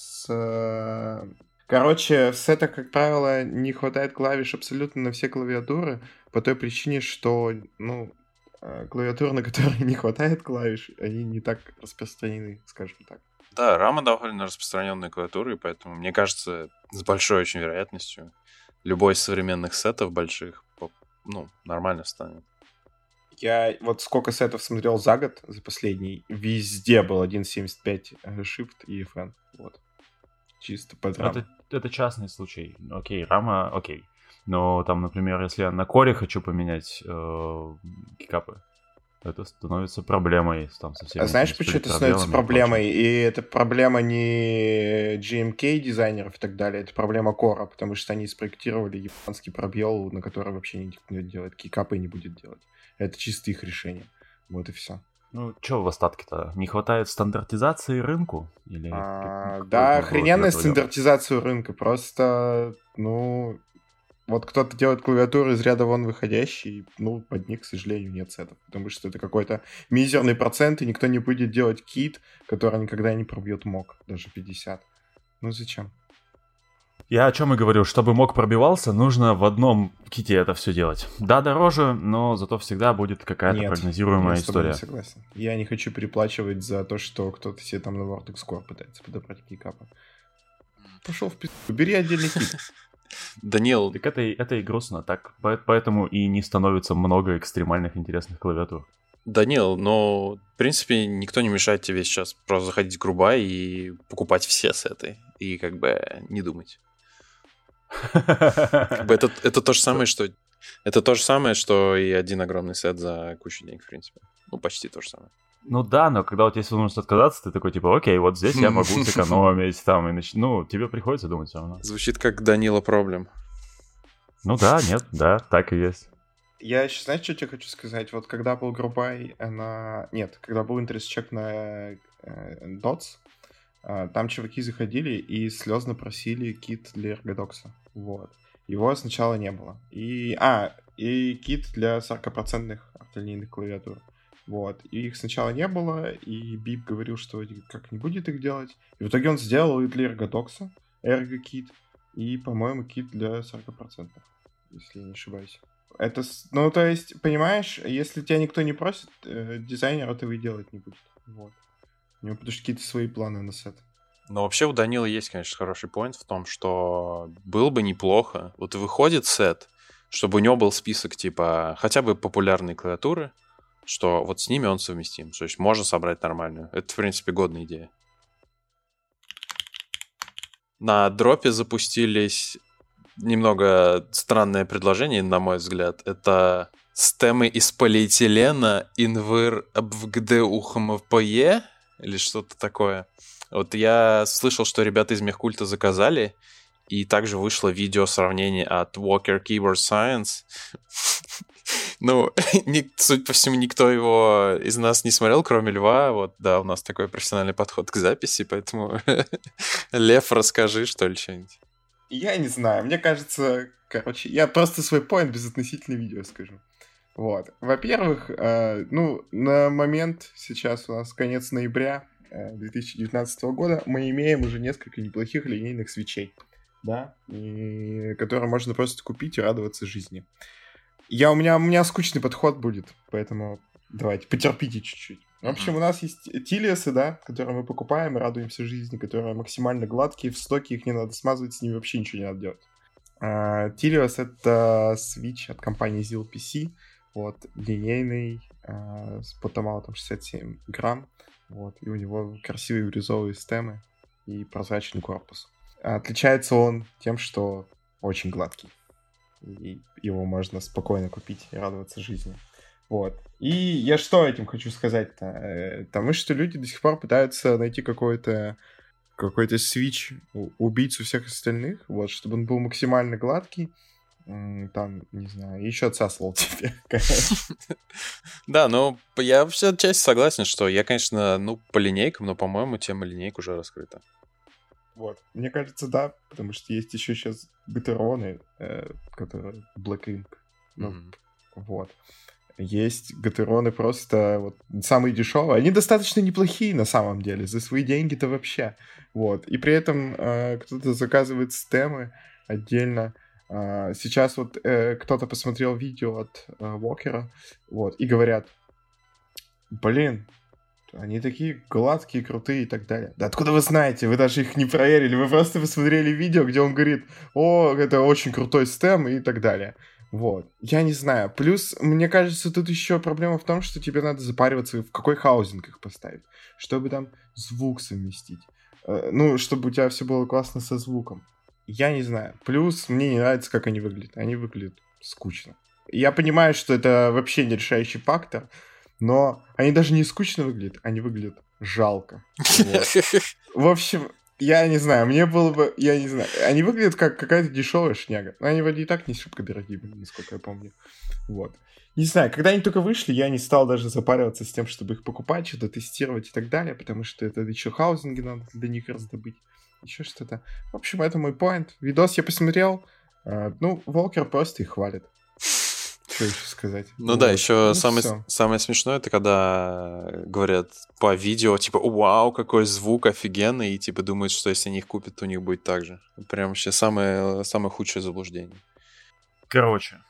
с... Короче, в сетах, как правило, не хватает клавиш абсолютно на все клавиатуры, по той причине, что, ну, клавиатуры, на которые не хватает клавиш, они не так распространены, скажем так. Да, рама довольно распространенная клавиатура, и поэтому, мне кажется, с большой очень вероятностью любой из современных сетов больших, ну, нормально станет. Я вот сколько сетов смотрел за год, за последний, везде был один семьдесят пять Shift и эф эн. Вот. Чисто под раму. Это, это частный случай. Окей, рама, окей. Но там, например, если я на коре хочу поменять э, кикапы, это становится проблемой. Там, со всеми а знаешь, почему это становится проблемой? И, и это проблема не джи эм кей дизайнеров и так далее, это проблема кора, потому что они спроектировали японский пробел, на который вообще никто не делает, кикапы не будет делать. Это чисто их решение. Вот и все. Ну, что в остатке-то? Не хватает стандартизации рынку? Или а, как, да, охрененная стандартизация рынка. Просто, ну... Вот кто-то делает клавиатуру из ряда вон выходящий, ну, под них, к сожалению, нет сетов. Потому что это какой-то мизерный процент, и никто не будет делать кит, который никогда не пробьет мок, даже пятьдесят. Ну, зачем? Я о чем и говорю, чтобы мок пробивался, нужно в одном ките это все делать. Да, дороже, но зато всегда будет какая-то нет, прогнозируемая я история. Нет, я согласен. Я не хочу переплачивать за то, что кто-то себе там на Vortex Core пытается подобрать кикапы. Пошел в пизду, бери отдельный кит. Данил... Так это, это и грустно, так, поэтому и не становится много экстремальных интересных клавиатур. Данил, но, в принципе, никто не мешает тебе сейчас просто заходить в Грубай и покупать все сеты, и как бы не думать. Как бы это, это то же самое, что... Это то же самое, что и один огромный сет за кучу денег, в принципе. Ну, почти то же самое. Ну да, но когда у тебя есть возможность отказаться, ты такой, типа, окей, вот здесь я могу сэкономить, там, и нач... ну, тебе приходится думать все равно. Звучит как Данила проблем. Ну да, нет, да, так и есть. Я еще, знаешь, что тебе хочу сказать? Вот когда был Грубай на... Нет, когда был интерес-чек на э, Dots, э, там чуваки заходили и слезно просили кит для эргодокса. Вот. Его сначала не было. И... А, и кит для сорок процентов автолинейных клавиатур. Вот. И их сначала не было, и Бип говорил, что как не будет их делать. И в итоге он сделал и для эргодокса, эрго-кит, и, по-моему, кит для сорок процентов, если я не ошибаюсь. Это, ну, то есть, понимаешь, если тебя никто не просит, э, дизайнер этого и делать не будет. Вот. У него потому что какие-то свои планы на сет. Но вообще у Данила есть, конечно, хороший поинт в том, что было бы неплохо. Вот выходит сет, чтобы у него был список, типа, хотя бы популярные клавиатуры, что вот с ними он совместим. То есть можно собрать нормальную. Это, в принципе, годная идея. На дропе запустились немного странное предложение, на мой взгляд. Это стемы из полиэтилена инвыр абвгдеухмпе или что-то такое. Вот я слышал, что ребята из Мехкульта заказали, и также вышло видео сравнение от Walker Keyboard Science. Ну, судя по всему, никто его из нас не смотрел, кроме Льва. Вот, да, у нас такой профессиональный подход к записи, поэтому, Лев, расскажи, что ли, что-нибудь. Я не знаю, мне кажется, короче, я просто свой поинт без относительно видео скажу. Вот. Во-первых, э, ну, на момент, сейчас у нас конец ноября э, две тысячи девятнадцатого года, мы имеем уже несколько неплохих линейных свечей, да, и, которые можно просто купить и радоваться жизни. Я, у, меня, у меня скучный подход будет, поэтому давайте, потерпите чуть-чуть. В общем, у нас есть тилиасы, да, которые мы покупаем и радуемся жизни, которые максимально гладкие, в стоке, их не надо смазывать, с ними вообще ничего не надо делать. Тилиас uh, — это свич от компании зил пи си, вот, линейный, uh, с потомаутом шестьдесят семь грамм, вот, и у него красивые бирюзовые стемы и прозрачный корпус. Отличается он тем, что очень гладкий, и его можно спокойно купить и радоваться жизни. Вот. И я что этим хочу сказать-то? Потому что люди до сих пор пытаются найти какой-то какой-то свич, убийцу всех остальных, вот, чтобы он был максимально гладкий, там, не знаю, еще отсасывал тебе. Да, ну, я вообще отчасти согласен, что я, конечно, ну, по линейкам, но, по-моему, тема линейк уже раскрыта. Вот, мне кажется, да, потому что есть еще сейчас гатероны, которые Black Ink, ну, вот. Есть гатероны просто вот самые дешевые. Они достаточно неплохие на самом деле. За свои деньги-то вообще. Вот. И при этом э, кто-то заказывает стемы отдельно. Э, сейчас вот э, кто-то посмотрел видео от э, Walker, вот, и говорят, блин, они такие гладкие, крутые и так далее. Да откуда вы знаете? Вы даже их не проверили. Вы просто посмотрели видео, где он говорит, о, это очень крутой стем и так далее. Вот. Я не знаю. Плюс, мне кажется, тут еще проблема в том, что тебе надо запариваться, в какой хаузинг их поставить, чтобы там звук совместить. Э, ну, чтобы у тебя все было классно со звуком. Я не знаю. Плюс, мне не нравится, как они выглядят. Они выглядят скучно. Я понимаю, что это вообще не решающий фактор, но они даже не скучно выглядят, они выглядят жалко. В общем... Я не знаю, мне было бы... Я не знаю. Они выглядят как какая-то дешевая шняга. Но они вроде и так не шибко дорогие были, насколько я помню. Вот. Не знаю, когда они только вышли, я не стал даже запариваться с тем, чтобы их покупать, что-то тестировать и так далее, потому что это еще хаузинги надо для них раздобыть. Еще что-то. В общем, это мой поинт. Видос я посмотрел. Э, ну, Волкер просто их хвалит. Что еще сказать? Ну вот. Да, еще ну, самое, самое смешное, это когда говорят по видео, типа, вау, какой звук офигенный, и типа думают, что если они их купят, то у них будет так же. Прям вообще самое, самое худшее заблуждение. Короче,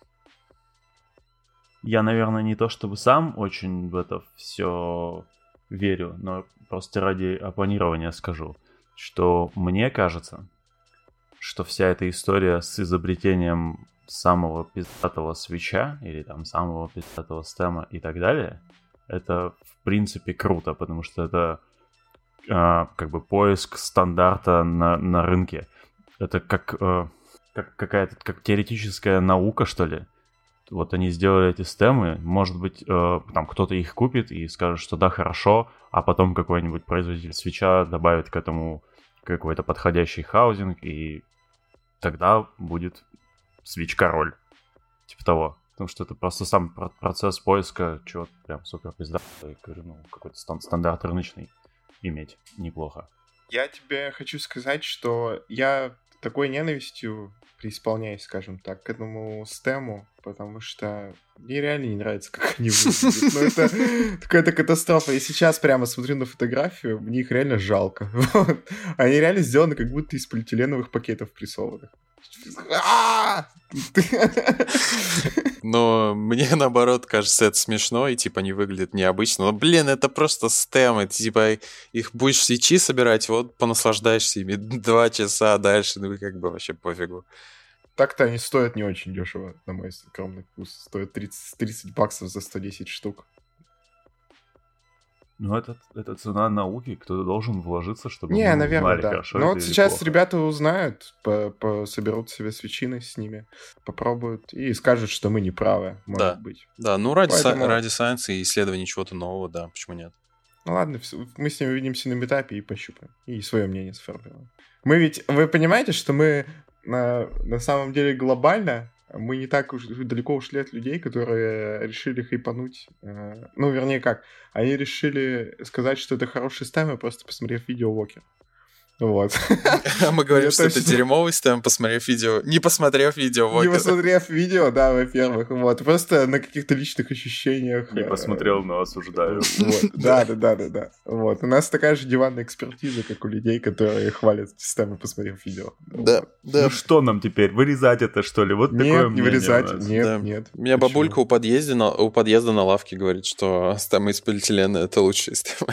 я, наверное, не то чтобы сам очень в это все верю, но просто ради оппонирования скажу, что мне кажется, что вся эта история с изобретением самого пиздатого свеча или там самого пиздатого стема и так далее, это в принципе круто, потому что это э, как бы поиск стандарта на, на рынке. Это как, э, как какая-то как теоретическая наука, что ли. Вот они сделали эти стемы, может быть, э, там кто-то их купит и скажет, что да, хорошо, а потом какой-нибудь производитель свеча добавит к этому какой-то подходящий хаузинг, и тогда будет свич-король. Типа того. Потому что это просто сам процесс поиска чего-то прям супер пиздатого. Ну, какой-то стандарт рыночный иметь неплохо. Я тебе хочу сказать, что я такой ненавистью преисполняюсь, скажем так, к этому стему, потому что мне реально не нравится, как они выглядят. Ну, это какая-то катастрофа. Я сейчас прямо смотрю на фотографию, мне их реально жалко. Вот. Они реально сделаны как будто из полиэтиленовых пакетов прессованных. Но мне, наоборот, кажется, это смешно, и, типа, они выглядят необычно. Но, блин, это просто стемы. Ты, типа, их будешь свечи собирать, вот, понаслаждаешься ими два часа дальше, ну, как бы вообще пофигу. Так-то они стоят не очень дешево, на мой скромный вкус. Стоят тридцать, тридцать баксов за сто десять штук. Ну, это, это цена науки, кто-то должен вложиться, чтобы не, мы наверное, узнали, да. хорошо Но это вот или сейчас плохо. Ребята узнают, по, по, соберут себе свечины с ними, попробуют и скажут, что мы не правы, может да. быть. Да, ну ради, Поэтому... са- ради сайенса и исследования чего-то нового, да, почему нет? Ну ладно, мы с ними увидимся на митапе и пощупаем, и свое мнение сформируем. Мы ведь, вы понимаете, что мы на, на самом деле глобально, мы не так уж далеко ушли от людей, которые решили хайпануть. Э, ну, вернее как, они решили сказать, что это хороший стайм, просто посмотрев видео Walker. Вот. А мы говорим, что это дерьмовый стем, посмотрев видео. Не посмотрев видео. Не посмотрев видео, да, во-первых. Вот. Просто на каких-то личных ощущениях. Не посмотрел, но осуждаю. Да, да, да, да, да. Вот. У нас такая же диванная экспертиза, как у людей, которые хвалят стемы, посмотрев видео. Да, да. Ну что нам теперь? Вырезать это, что ли? Вот такое мнение. Нет, не вырезать. Нет, нет. У меня бабулька у подъезда на лавке говорит, что стемы из полиэтилена — это лучшие стемы.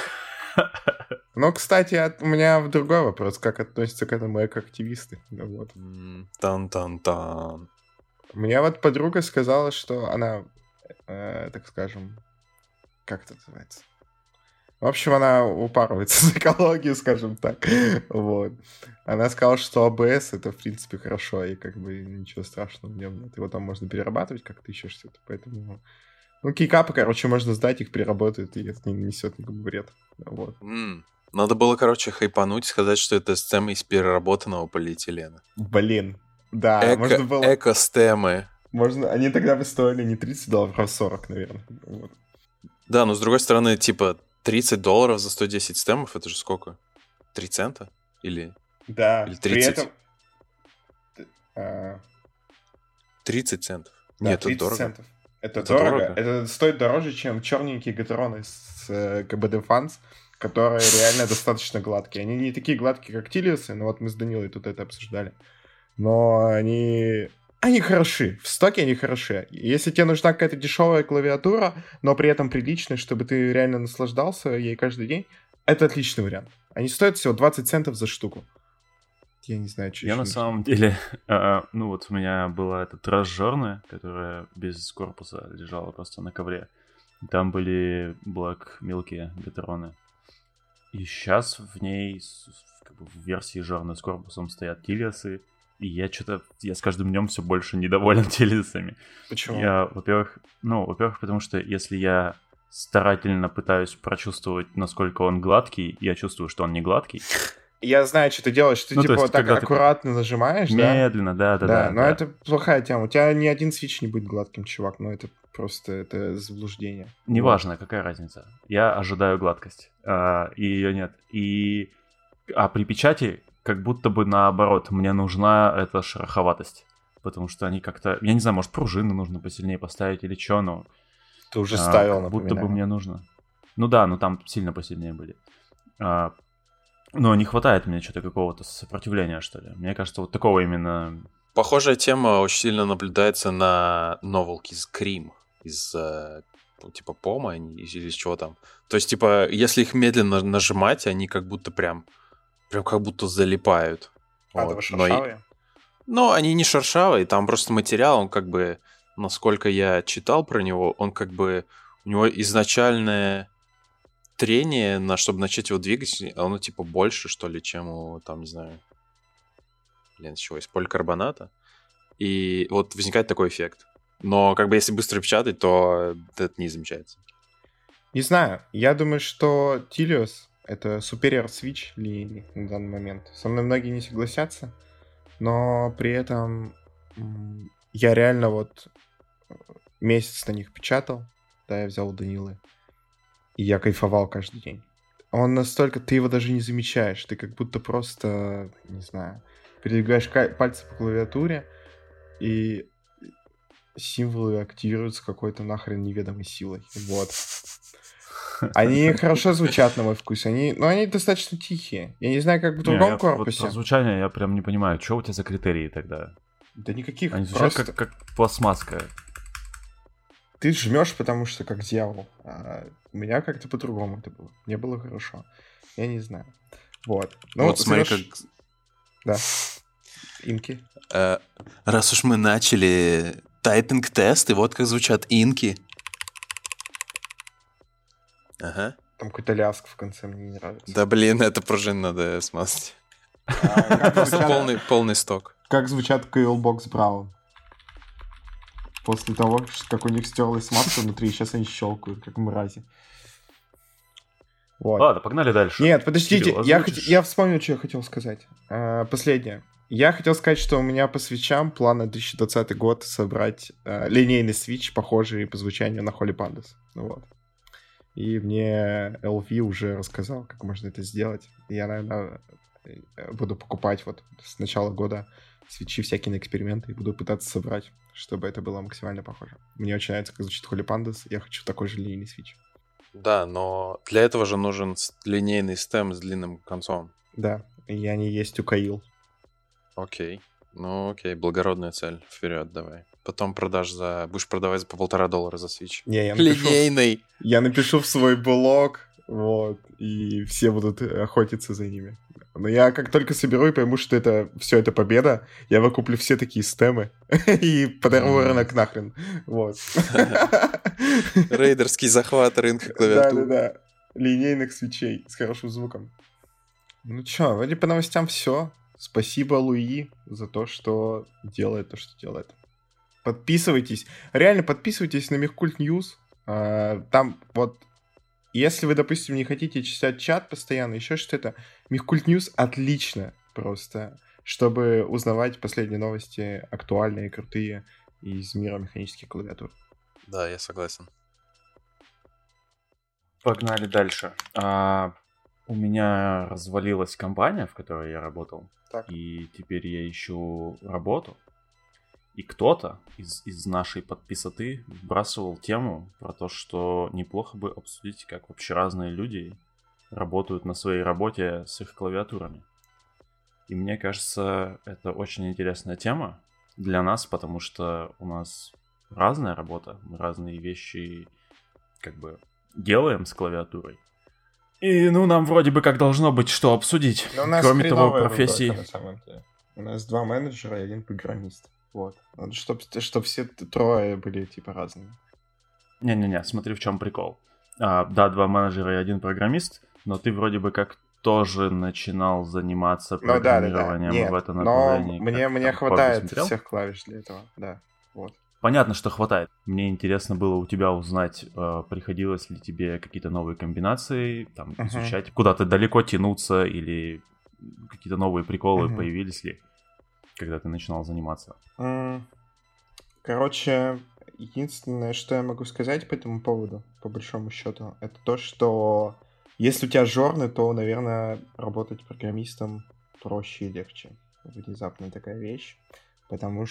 Ну, кстати, от, у меня другой вопрос. Как относятся к этому экоактивисты? Вот. Тан-тан-тан. Мне вот подруга сказала, что она, э, так скажем, как это называется? В общем, она упарывается за экологию, скажем так. Вот. Она сказала, что АБС это, в принципе, хорошо, и как бы ничего страшного в нем нет. Его там можно перерабатывать как-то еще что-то, поэтому... Ну, кейкапы, короче, можно сдать, их переработают, и это не несет никакого вред. Вот. Mm. Надо было, короче, хайпануть, сказать, что это стемы из переработанного полиэтилена. Блин, да, Эко, можно было... Эко-стемы. Можно... Они тогда бы стоили не тридцать долларов, а сорок, наверное. Вот. Да, но с другой стороны, типа, тридцать долларов за сто десять стемов, это же сколько? три цента? Или, да, или тридцать? При этом... А... тридцать центов. Да, Нет, тридцать это дорого. центов. Это, это дорого. дорого. Это стоит дороже, чем черненькие гатроны с э, КБД Funds, которые реально достаточно гладкие. Они не такие гладкие, как Тилиусы, но вот мы с Данилой тут это обсуждали. Но они... Они хороши. В стоке они хороши. Если тебе нужна какая-то дешевая клавиатура, но при этом приличная, чтобы ты реально наслаждался ей каждый день, это отличный вариант. Они стоят всего двадцать центов за штуку. Я не знаю, что Я еще на нужно. самом деле... А, ну вот у меня была эта трасс-жорная, которая без корпуса лежала просто на ковре. Там были Black мелкие гатроны. И сейчас в ней, как бы в версии жорны с корпусом стоят Тилиусы. И я что-то... Я с каждым днем все больше недоволен Тилиусами. Почему? Я, во-первых... Ну, во-первых, потому что если я старательно пытаюсь прочувствовать, насколько он гладкий, я чувствую, что он не гладкий. Я знаю, что ты делаешь. Ты, ну, типа, есть, вот так аккуратно ты... нажимаешь, медленно, да? да? Да, да, да. да. но да. это плохая тема. У тебя ни один свитч не будет гладким, чувак. Ну, это просто это заблуждение. Неважно, вот. Какая разница. Я ожидаю гладкость, а, и ее нет. И... А при печати как будто бы наоборот. Мне нужна эта шероховатость. Потому что они как-то... Я не знаю, может, пружины нужно посильнее поставить или что, но... Ты уже ставил, а, как будто напоминаю. бы мне нужно. Ну да, но там сильно посильнее были. А, но не хватает мне что-то какого-то сопротивления, что ли. Мне кажется, вот такого именно... Похожая тема очень сильно наблюдается на новелке из Cream. Из, типа, Пома или из чего там. То есть, типа, если их медленно нажимать, они как будто прям... Прям как будто залипают. А, вот. да, шершавые? Но они не шершавые, там просто материал, он как бы... Насколько я читал про него, он как бы... У него изначальное трение, на, чтобы начать его двигать, оно типа больше, что ли, чем у, там, не знаю... Блин, с чего? Из поликарбоната. И вот возникает такой эффект. Но как бы если быстро печатать, то это не замечается. Не знаю. Я думаю, что Tilius — это superior switch линейный на данный момент. Со мной многие не согласятся, но при этом я реально вот месяц на них печатал. Да, я взял у Данилы. И я кайфовал каждый день. Он настолько... Ты его даже не замечаешь. Ты как будто просто, не знаю, передвигаешь пальцы по клавиатуре, и символы активируются какой-то нахрен неведомой силой. Вот. Они хорошо звучат, на мой вкус. Они, но они достаточно тихие. Я не знаю, как в другом не, корпусе. Вот про звучание я прям не понимаю. Что у тебя за критерии тогда? Да никаких. Они звучат просто... как, как пластмасска. Ты жмешь, потому что как дьявол. А у меня как-то по-другому это было. Мне было хорошо. Я не знаю. Вот. Ну, вот смотри, заверш... как... Да. Инки. Э, раз уж мы начали тайпинг-тест, и вот как звучат инки. Ага. Там какой-то ляск в конце мне не нравится. Да блин, это пружин надо смазать. А, Просто полный, полный сток. Как звучат Keylbox Brown. После того, как у них стерлась смазка внутри, сейчас они щелкают, как мрази. Вот. Ладно, погнали дальше. Нет, подождите, Кирилл, я, хот... я вспомнил, что я хотел сказать. А, последнее. Я хотел сказать, что у меня по свитчам план на две тысячи двадцатый год собрать а, линейный свитч, похожий по звучанию на Holy Pandas. Вот. И мне эл ви уже рассказал, как можно это сделать. Я, наверное, буду покупать вот с начала года свитчи всякие на эксперименты и буду пытаться собрать, чтобы это было максимально похоже. Мне очень нравится, как звучит Holy Pandas. Я хочу такой же линейный свитч. Да, но для этого же нужен линейный стем с длинным концом. Да, я не есть укаил. Окей. Ну окей, благородная цель. Вперед, давай. Потом продашь за... Будешь продавать за по полтора доллара за свитч. Не, я напишу... Линейный! Я напишу в свой блог, вот, и все будут охотиться за ними. Но я как только соберу и пойму, что это все это победа, я выкуплю все такие стемы и подорву рынок нахрен. Вот. Рейдерский захват рынка клавиатур. Да-да-да. Линейных свечей с хорошим звуком. Ну чё, вроде по новостям все. Спасибо, Луи, за то, что делает то, что делает. Подписывайтесь. Реально подписывайтесь на Мехкульт Ньюс. Там вот, если вы, допустим, не хотите читать чат постоянно, еще что-то, Мехкульт Ньюс отлично просто, чтобы узнавать последние новости, актуальные, крутые, из мира механических клавиатур. Да, я согласен. Погнали дальше. А, у меня развалилась компания, в которой я работал, Так. и теперь я ищу работу. И кто-то из, из нашей подписоты вбрасывал тему про то, что неплохо бы обсудить, как вообще разные люди работают на своей работе с их клавиатурами. И мне кажется, это очень интересная тема для нас, потому что у нас разная работа, мы разные вещи как бы делаем с клавиатурой. И ну нам вроде бы как должно быть что обсудить. Но у нас Кроме того, хреновая профессии... выборка, на самом деле. У нас два менеджера и один программист. Вот. Надо, чтобы чтоб все трое были типа разные. Не-не-не, смотри, в чем прикол. А, да, два менеджера и один программист, но ты вроде бы как тоже начинал заниматься Ну, да, да, да. программированием Нет, в этом но направлении. мне, как мне там хватает посмотрел? всех клавиш для этого, да. Вот. Понятно, что хватает. Мне интересно было у тебя узнать, э, приходилось ли тебе какие-то новые комбинации там, Uh-huh. изучать, куда-то далеко тянуться или какие-то новые приколы Uh-huh. появились ли, когда ты начинал заниматься? Mm. Короче, единственное, что я могу сказать по этому поводу, по большому счету, это то, что если у тебя жорны, то, наверное, работать программистом проще и легче. Внезапная такая вещь. Потому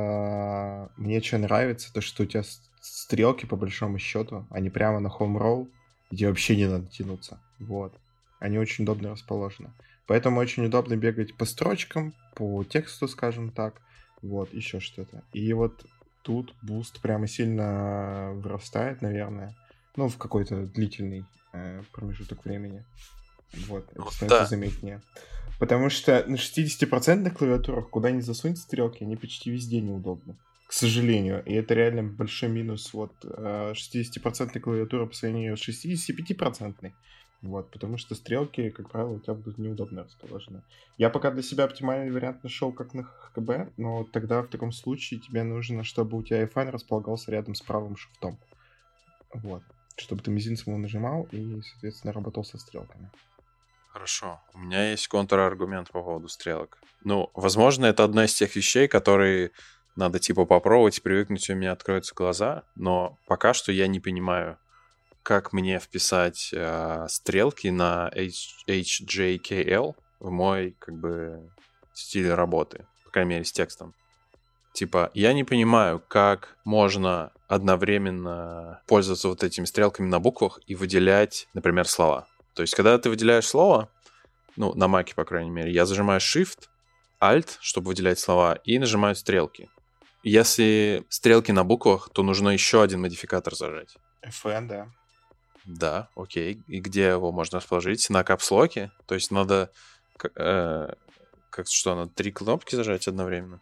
что мне что нравится, то, что у тебя стрелки, по большому счету, они прямо на home row, где вообще не надо тянуться. Вот. Они очень удобно расположены. Поэтому очень удобно бегать по строчкам, по тексту, скажем так. Вот, еще что-то. И вот тут буст прямо сильно вырастает, наверное. Ну, в какой-то длительный э, промежуток времени. Вот, это Вот, становится да. заметнее. Потому что на шестидесятипроцентных клавиатурах, куда ни засунь стрелки, они почти везде неудобны. К сожалению. И это реально большой минус вот шестидесятипроцентной клавиатуры по сравнению с шестидесятипятипроцентной. Вот, потому что стрелки, как правило, у тебя будут неудобно расположены. Я пока для себя оптимальный вариант нашел как на эйч кей би, но тогда в таком случае тебе нужно, чтобы у тебя F N располагался рядом с правым шифтом. Вот. Чтобы ты мизинцем его нажимал и, соответственно, работал со стрелками. Хорошо. У меня есть контраргумент по поводу стрелок. Ну, возможно, это одна из тех вещей, которые надо, типа, попробовать, привыкнуть, и у меня откроются глаза, но пока что я не понимаю, как мне вписать э, стрелки на эйч джей кей эл в мой, как бы, стиль работы, по крайней мере, с текстом. Типа, я не понимаю, как можно одновременно пользоваться вот этими стрелками на буквах и выделять, например, слова. То есть, когда ты выделяешь слово, ну, на маке, по крайней мере, я зажимаю Shift, Alt, чтобы выделять слова, и нажимаю стрелки. Если стрелки на буквах, то нужно еще один модификатор зажать. эф эн, да. Да, окей. И где его можно расположить? На капслоке? То есть надо... Э, как что, надо три кнопки зажать одновременно?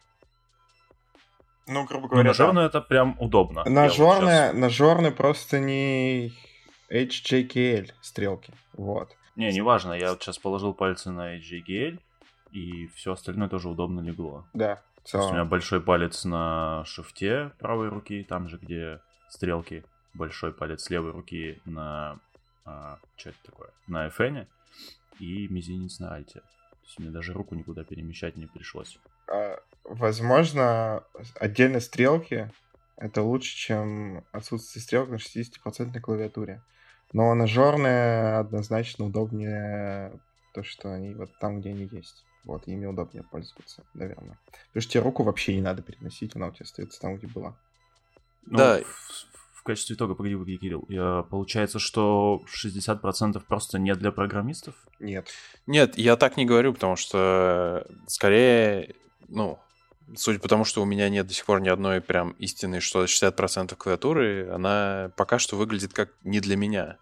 Ну, грубо Ну, говоря, на жорны это прям удобно. На Я вот жорны, щас- на жорны просто не эйч джей кей эл стрелки. Вот. Не, не важно, я вот сейчас положил пальцы на эйч джей кей эл, и все остальное тоже удобно легло. Да. в То есть у меня целом. большой палец на шифте правой руки, там же, где стрелки, большой палец левой руки на... А, что это такое? На эф эн, и мизинец на альте. То есть мне даже руку никуда перемещать не пришлось. А, Возможно, отдельно стрелки это лучше, чем отсутствие стрелок на шестидесятипроцентной клавиатуре. Но на жорны однозначно удобнее то, что они вот там, где они есть. Вот, ими удобнее пользоваться, наверное. Потому что тебе руку вообще не надо переносить, она у тебя остается там, где была. Ну, Да. в, в качестве итога, погоди, погоди, Кирилл, я, получается, что шестьдесят процентов просто не для программистов? Нет. Нет, я так не говорю, потому что скорее, ну, судя по тому, что у меня нет до сих пор ни одной прям истины, что шестьдесят процентов клавиатуры, она пока что выглядит как не для меня.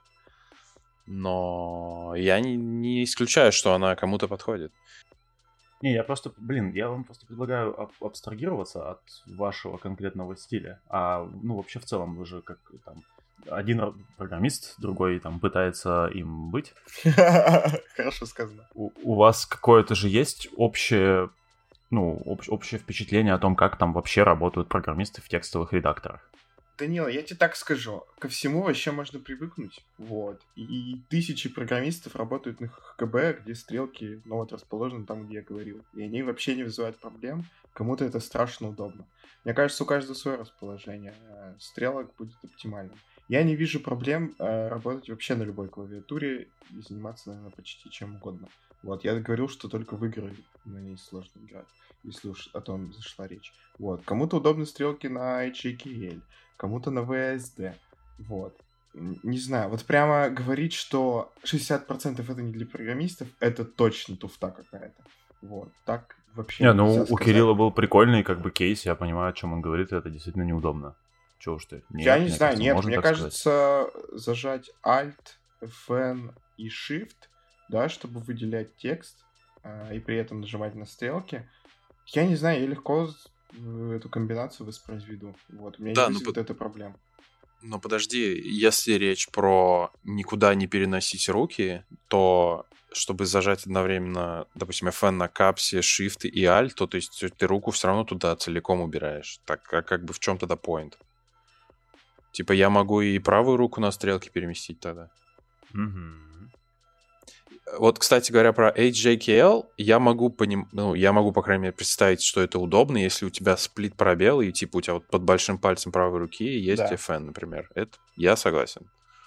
Но я не, не исключаю, что она кому-то подходит. Не, я просто, блин, я вам просто предлагаю аб- абстрагироваться от вашего конкретного стиля. А, ну, вообще в целом вы же как там один ра- программист, другой там пытается им быть. Хорошо сказано. У, у вас какое-то же есть общее, ну, общ- общее впечатление о том, как там вообще работают программисты в текстовых редакторах. Данила, я тебе так скажу, ко всему вообще можно привыкнуть, вот, и тысячи программистов работают на эйч ка бэ, где стрелки, ну, вот, расположены там, где я говорил, и они вообще не вызывают проблем, кому-то это страшно удобно. Мне кажется, у каждого свое расположение стрелок будет оптимальным. Я не вижу проблем э, работать вообще на любой клавиатуре и заниматься, наверное, почти чем угодно. Вот, я говорил, что только в игры на ней сложно играть, если уж о том зашла речь. Вот, кому-то удобны стрелки на эйч джей кей эл, кому-то на ви эс ди. Вот. Не знаю, вот прямо говорить, что шестьдесят процентов это не для программистов, это точно туфта какая-то. Вот. Так вообще Не, ну нельзя у сказать. Кирилла был прикольный как бы кейс, я понимаю, о чем он говорит, и это действительно неудобно. Чего уж ты? Нет, Я не мне знаю, кажется, нет, можно мне так кажется, сказать. Зажать Alt, эф эн и Shift, да, чтобы выделять текст, а, и при этом нажимать на стрелки. Я не знаю, я легко эту комбинацию воспроизведу. Вот, у меня Да, не ну вызовет под- это проблем. Но подожди, если речь про никуда не переносить руки, то чтобы зажать одновременно, допустим, эф эн на капсе, Shift и Alt, то, то есть ты руку все равно туда целиком убираешь. Так, а как бы в чем тогда point? Типа я могу и правую руку на стрелке переместить тогда. Мгм. Вот, кстати говоря, про эйч джей кей эл, я могу поним... ну, я могу, по крайней мере, представить, что это удобно, если у тебя сплит пробел, и типа у тебя вот под большим пальцем правой руки есть Да. эф эн, например. Это я согласен.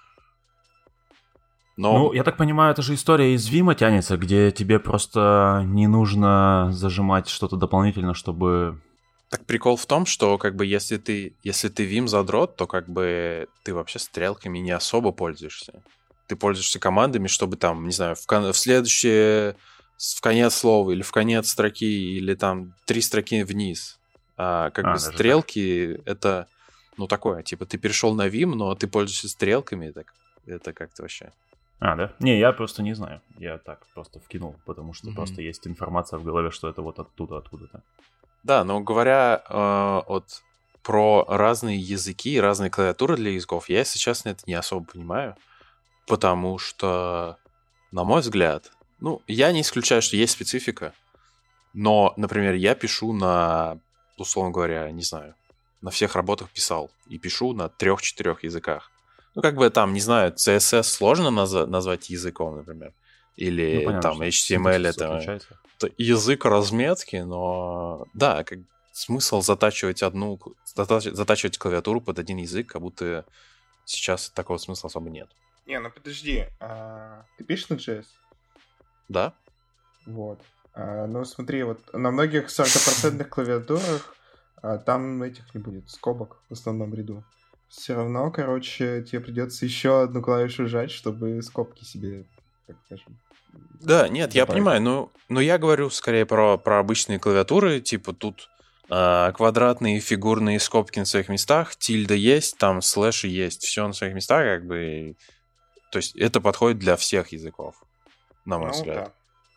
Но Ну, я так понимаю, это же история из Vim тянется, где тебе просто не нужно зажимать что-то дополнительно, чтобы... так прикол в том, что как бы если ты, если ты Vim задрот, то как бы ты вообще стрелками не особо пользуешься. Ты пользуешься командами, чтобы там, не знаю, в, кон- в следующее, в конец слова или в конец строки, или там три строки вниз. А как А, бы даже так. стрелки это, ну, такое, типа ты перешел на Vim, но ты пользуешься стрелками, так это как-то вообще. А, да? Не, я просто не знаю. Я так просто вкинул, потому что Мгм. просто есть информация в голове, что это вот оттуда, откуда-то. Да, но говоря э, вот про разные языки и разные клавиатуры для языков, я, если честно, это не особо понимаю, потому что, на мой взгляд, ну, я не исключаю, что есть специфика, но, например, я пишу на, условно говоря, не знаю, на всех работах писал и пишу на трех-четырех языках. Ну, как бы там, не знаю, си эс эс сложно назва- назвать языком, например, Ну, или понятно, там что эйч ти эм эль синтаксис это отличается. это язык разметки, но да, как смысл затачивать одну, затач- затачивать клавиатуру под один язык, как будто сейчас такого смысла особо нет. Не, ну подожди, а, ты пишешь на джей эс? Да? Вот. А, ну смотри, вот на многих сорокопроцентных клавиатурах а, там этих не будет, скобок в основном ряду. Все равно, короче, тебе придется еще одну клавишу жать, чтобы скобки себе, так скажем, Да, нет, я добавить. понимаю, но, но я говорю скорее про, про обычные клавиатуры, типа тут а, квадратные фигурные скобки на своих местах, тильда есть, там слэши есть, все на своих местах, как бы. То есть это подходит для всех языков, на мой Ну взгляд. да.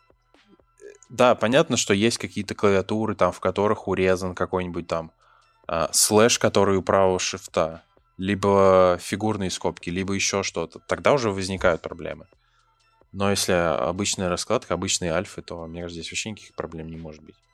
Да, понятно, что есть какие-то клавиатуры, там, в которых урезан какой-нибудь там а, слэш, который у правого шифта, либо фигурные скобки, либо еще что-то. Тогда уже возникают проблемы. Но если обычная раскладка, обычные альфы, то, мне кажется, здесь вообще никаких проблем не может быть.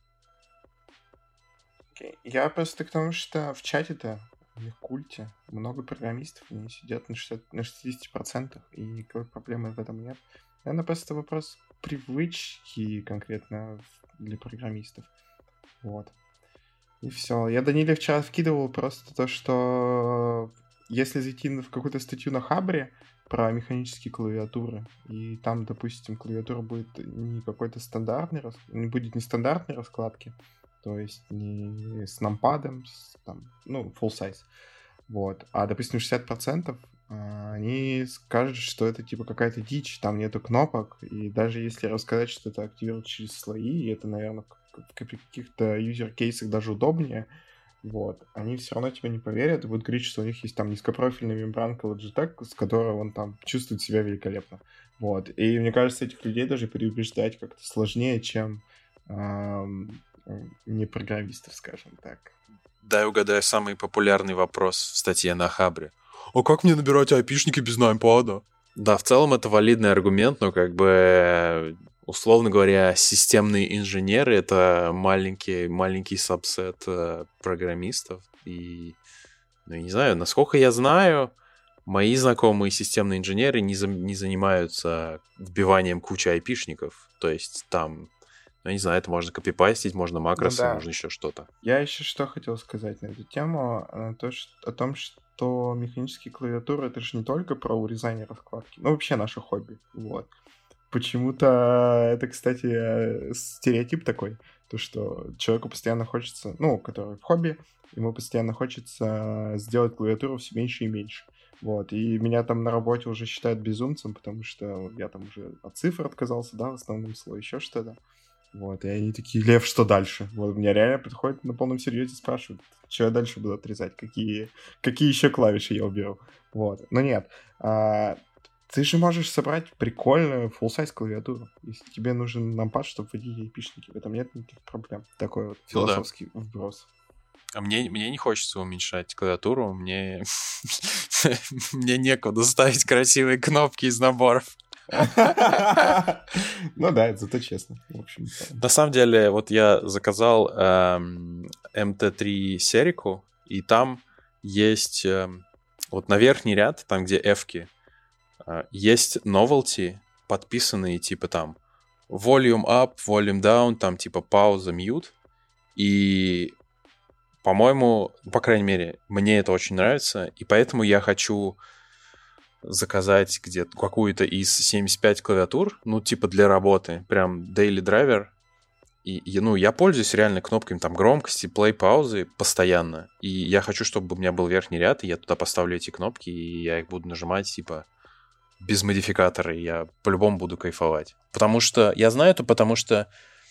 Окей. Я просто к тому, что в чате-то, в культе, много программистов, они сидят на, шестьдесят, на шестьдесят процентов, и никакой проблемы в этом нет. Наверное, просто вопрос привычки конкретно для программистов. Вот. И все. Я Даниле вчера вкидывал просто то, что если зайти в какую-то статью на Хабре, про механические клавиатуры. И там, допустим, клавиатура будет не какой-то стандартный, рас... не будет не стандартной раскладки, то есть не с нампадом, с, там, ну, full size. Вот. А, допустим, шестьдесят процентов они скажут, что это типа какая-то дичь, там нету кнопок, и даже если рассказать, что это активируется через слои, и это, наверное, в каких-то юзер-кейсах даже удобнее, вот, они все равно тебе не поверят и будут говорить, что у них есть там низкопрофильная мембранка Logitech, с которой он там чувствует себя великолепно. Вот. И мне кажется, этих людей даже переубеждать как-то сложнее, чем эм, не программистов, скажем так. Дай угадаю самый популярный вопрос в статье на Хабре. А как мне набирать айпишники без наймпада? Да, в целом это валидный аргумент, но как бы, условно говоря, системные инженеры — это маленький, маленький сабсет э, программистов. И, ну, я не знаю, насколько я знаю, мои знакомые системные инженеры не, за, не занимаются вбиванием кучи айпишников. То есть там, ну, я не знаю, это можно копипастить, можно макросы, ну, да. Можно еще что-то. Я еще что хотел сказать на эту тему, то, что, о том, что то механические клавиатуры — это же не только про урезание раскладки, ну, вообще наше хобби, вот. Почему-то это, кстати, стереотип такой, то, что человеку постоянно хочется, ну, который в хобби, ему постоянно хочется сделать клавиатуру все меньше и меньше, вот. И меня там на работе уже считают безумцем, потому что я там уже от цифр отказался, да, в основном слое, еще что-то. Вот, и они такие: Лев, что дальше? Вот, меня реально подходят на полном серьезе, спрашивают, что я дальше буду отрезать, какие, какие еще клавиши я уберу. Вот, но нет. А, ты же можешь собрать прикольную full-size клавиатуру, если тебе нужен нампад, чтобы вводить айпишники. В этом нет никаких проблем. Такой вот философский ну, да. вброс. А мне, мне не хочется уменьшать клавиатуру, мне, мне некуда ставить красивые кнопки из наборов. Ну да, это зато честно. В общем, на самом деле, вот я заказал эм, эм тэ три серику, и там есть эм, вот на верхний ряд, там где F-ки, э, есть novelty, подписанные типа там volume up, volume down, там типа пауза, mute. И, по-моему, по крайней мере, мне это очень нравится, и поэтому я хочу заказать где-то какую-то из семьдесят пять клавиатур, ну, типа для работы, прям daily driver. И, и, ну, я пользуюсь реально кнопками там громкости, play, паузы постоянно. И я хочу, чтобы у меня был верхний ряд, и я туда поставлю эти кнопки, и я их буду нажимать, типа, без модификатора, и я по-любому буду кайфовать. Потому что, я знаю это, потому что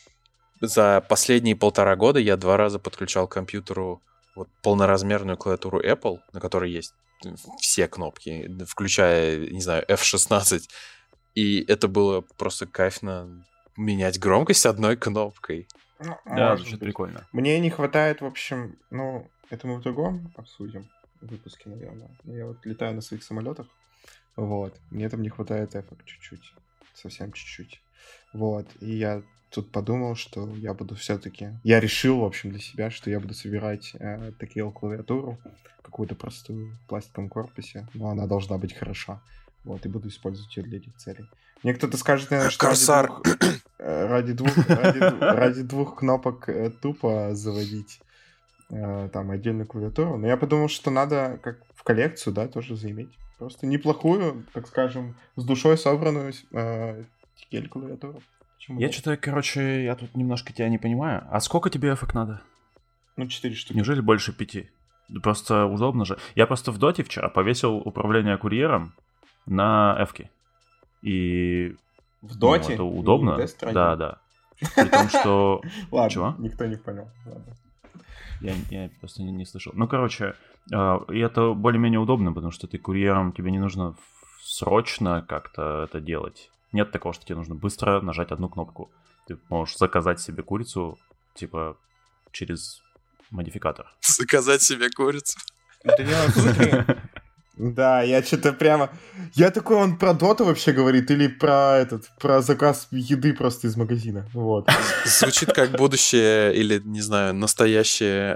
за последние полтора года я два раза подключал к компьютеру вот полноразмерную клавиатуру Apple, на которой есть все кнопки, включая, не знаю, эф шестнадцать. И это было просто кайфно менять громкость одной кнопкой. Ну, да, звучит прикольно. Мне не хватает, в общем, ну, это мы в другом обсудим выпуске, наверное. Я вот летаю на своих самолетах, вот. Мне там не хватает эффект чуть-чуть, совсем чуть-чуть. Вот, и я тут подумал, что я буду все-таки... Я решил, в общем, для себя, что я буду собирать э, такие клавиатуру, какую-то простую в пластиковом корпусе, но она должна быть хороша. Вот, и буду использовать ее для этих целей. Мне кто-то скажет, наверное, что ради двух, э, ради, двух, ради, ради двух кнопок э, тупо заводить э, там отдельную клавиатуру. Но я подумал, что надо как в коллекцию, да, тоже заиметь. Просто неплохую, так скажем, с душой собранную э, клавиатуру. Я нет? Что-то, короче, я тут немножко тебя не понимаю. А сколько тебе эффект надо? Ну, четыре штуки. Неужели больше пяти? Просто удобно же. Я просто в доте вчера повесил управление курьером на эфке. И... В доте? Ну, это удобно. Да, да. При том, что... Ладно, чего? Никто не понял. Ладно. Я, я просто не, не слышал. Ну, короче, э, это более-менее удобно, потому что ты курьером, тебе не нужно срочно как-то это делать. Нет такого, что тебе нужно быстро нажать одну кнопку. Ты можешь заказать себе курицу, типа, через модификатор. Заказать себе курицу? Это дело, смотри. Да, я что-то прямо... Я такой, он про доту вообще говорит или про этот, про заказ еды просто из магазина, вот. Звучит как будущее или, не знаю, настоящее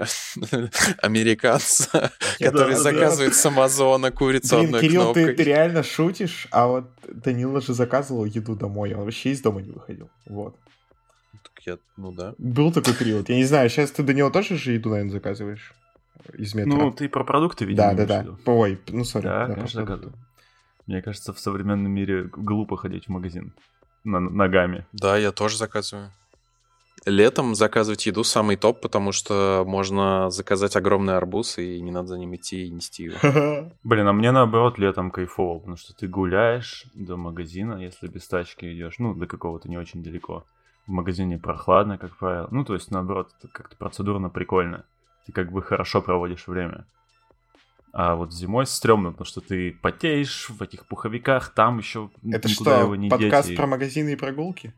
американца, который заказывает с Амазона курицу одной кнопкой. Кирилл, ты реально шутишь, а вот Данила же заказывал еду домой, он вообще из дома не выходил, вот. Так я, ну да. Был такой период, я не знаю, сейчас ты, Данила, тоже же еду, наверное, заказываешь? Из метро. Ну, ты про продукты, видимо. Да, да, да. Ой, ну, сори. Да, да, конечно, заказываю. Мне кажется, в современном мире глупо ходить в магазин на- ногами. Да, я тоже заказываю. Летом заказывать еду самый топ, потому что можно заказать огромный арбуз, и не надо за ним идти и нести его. Блин, а мне наоборот летом кайфово, потому что ты гуляешь до магазина, если без тачки идешь, ну, до какого-то не очень далеко. В магазине прохладно, как правило. Ну, то есть, наоборот, это как-то процедурно прикольно. Ты как бы хорошо проводишь время. А вот зимой стрёмно, потому что ты потеешь в этих пуховиках, там еще Это никуда что, его не подкаст деть. и- про магазины и прогулки?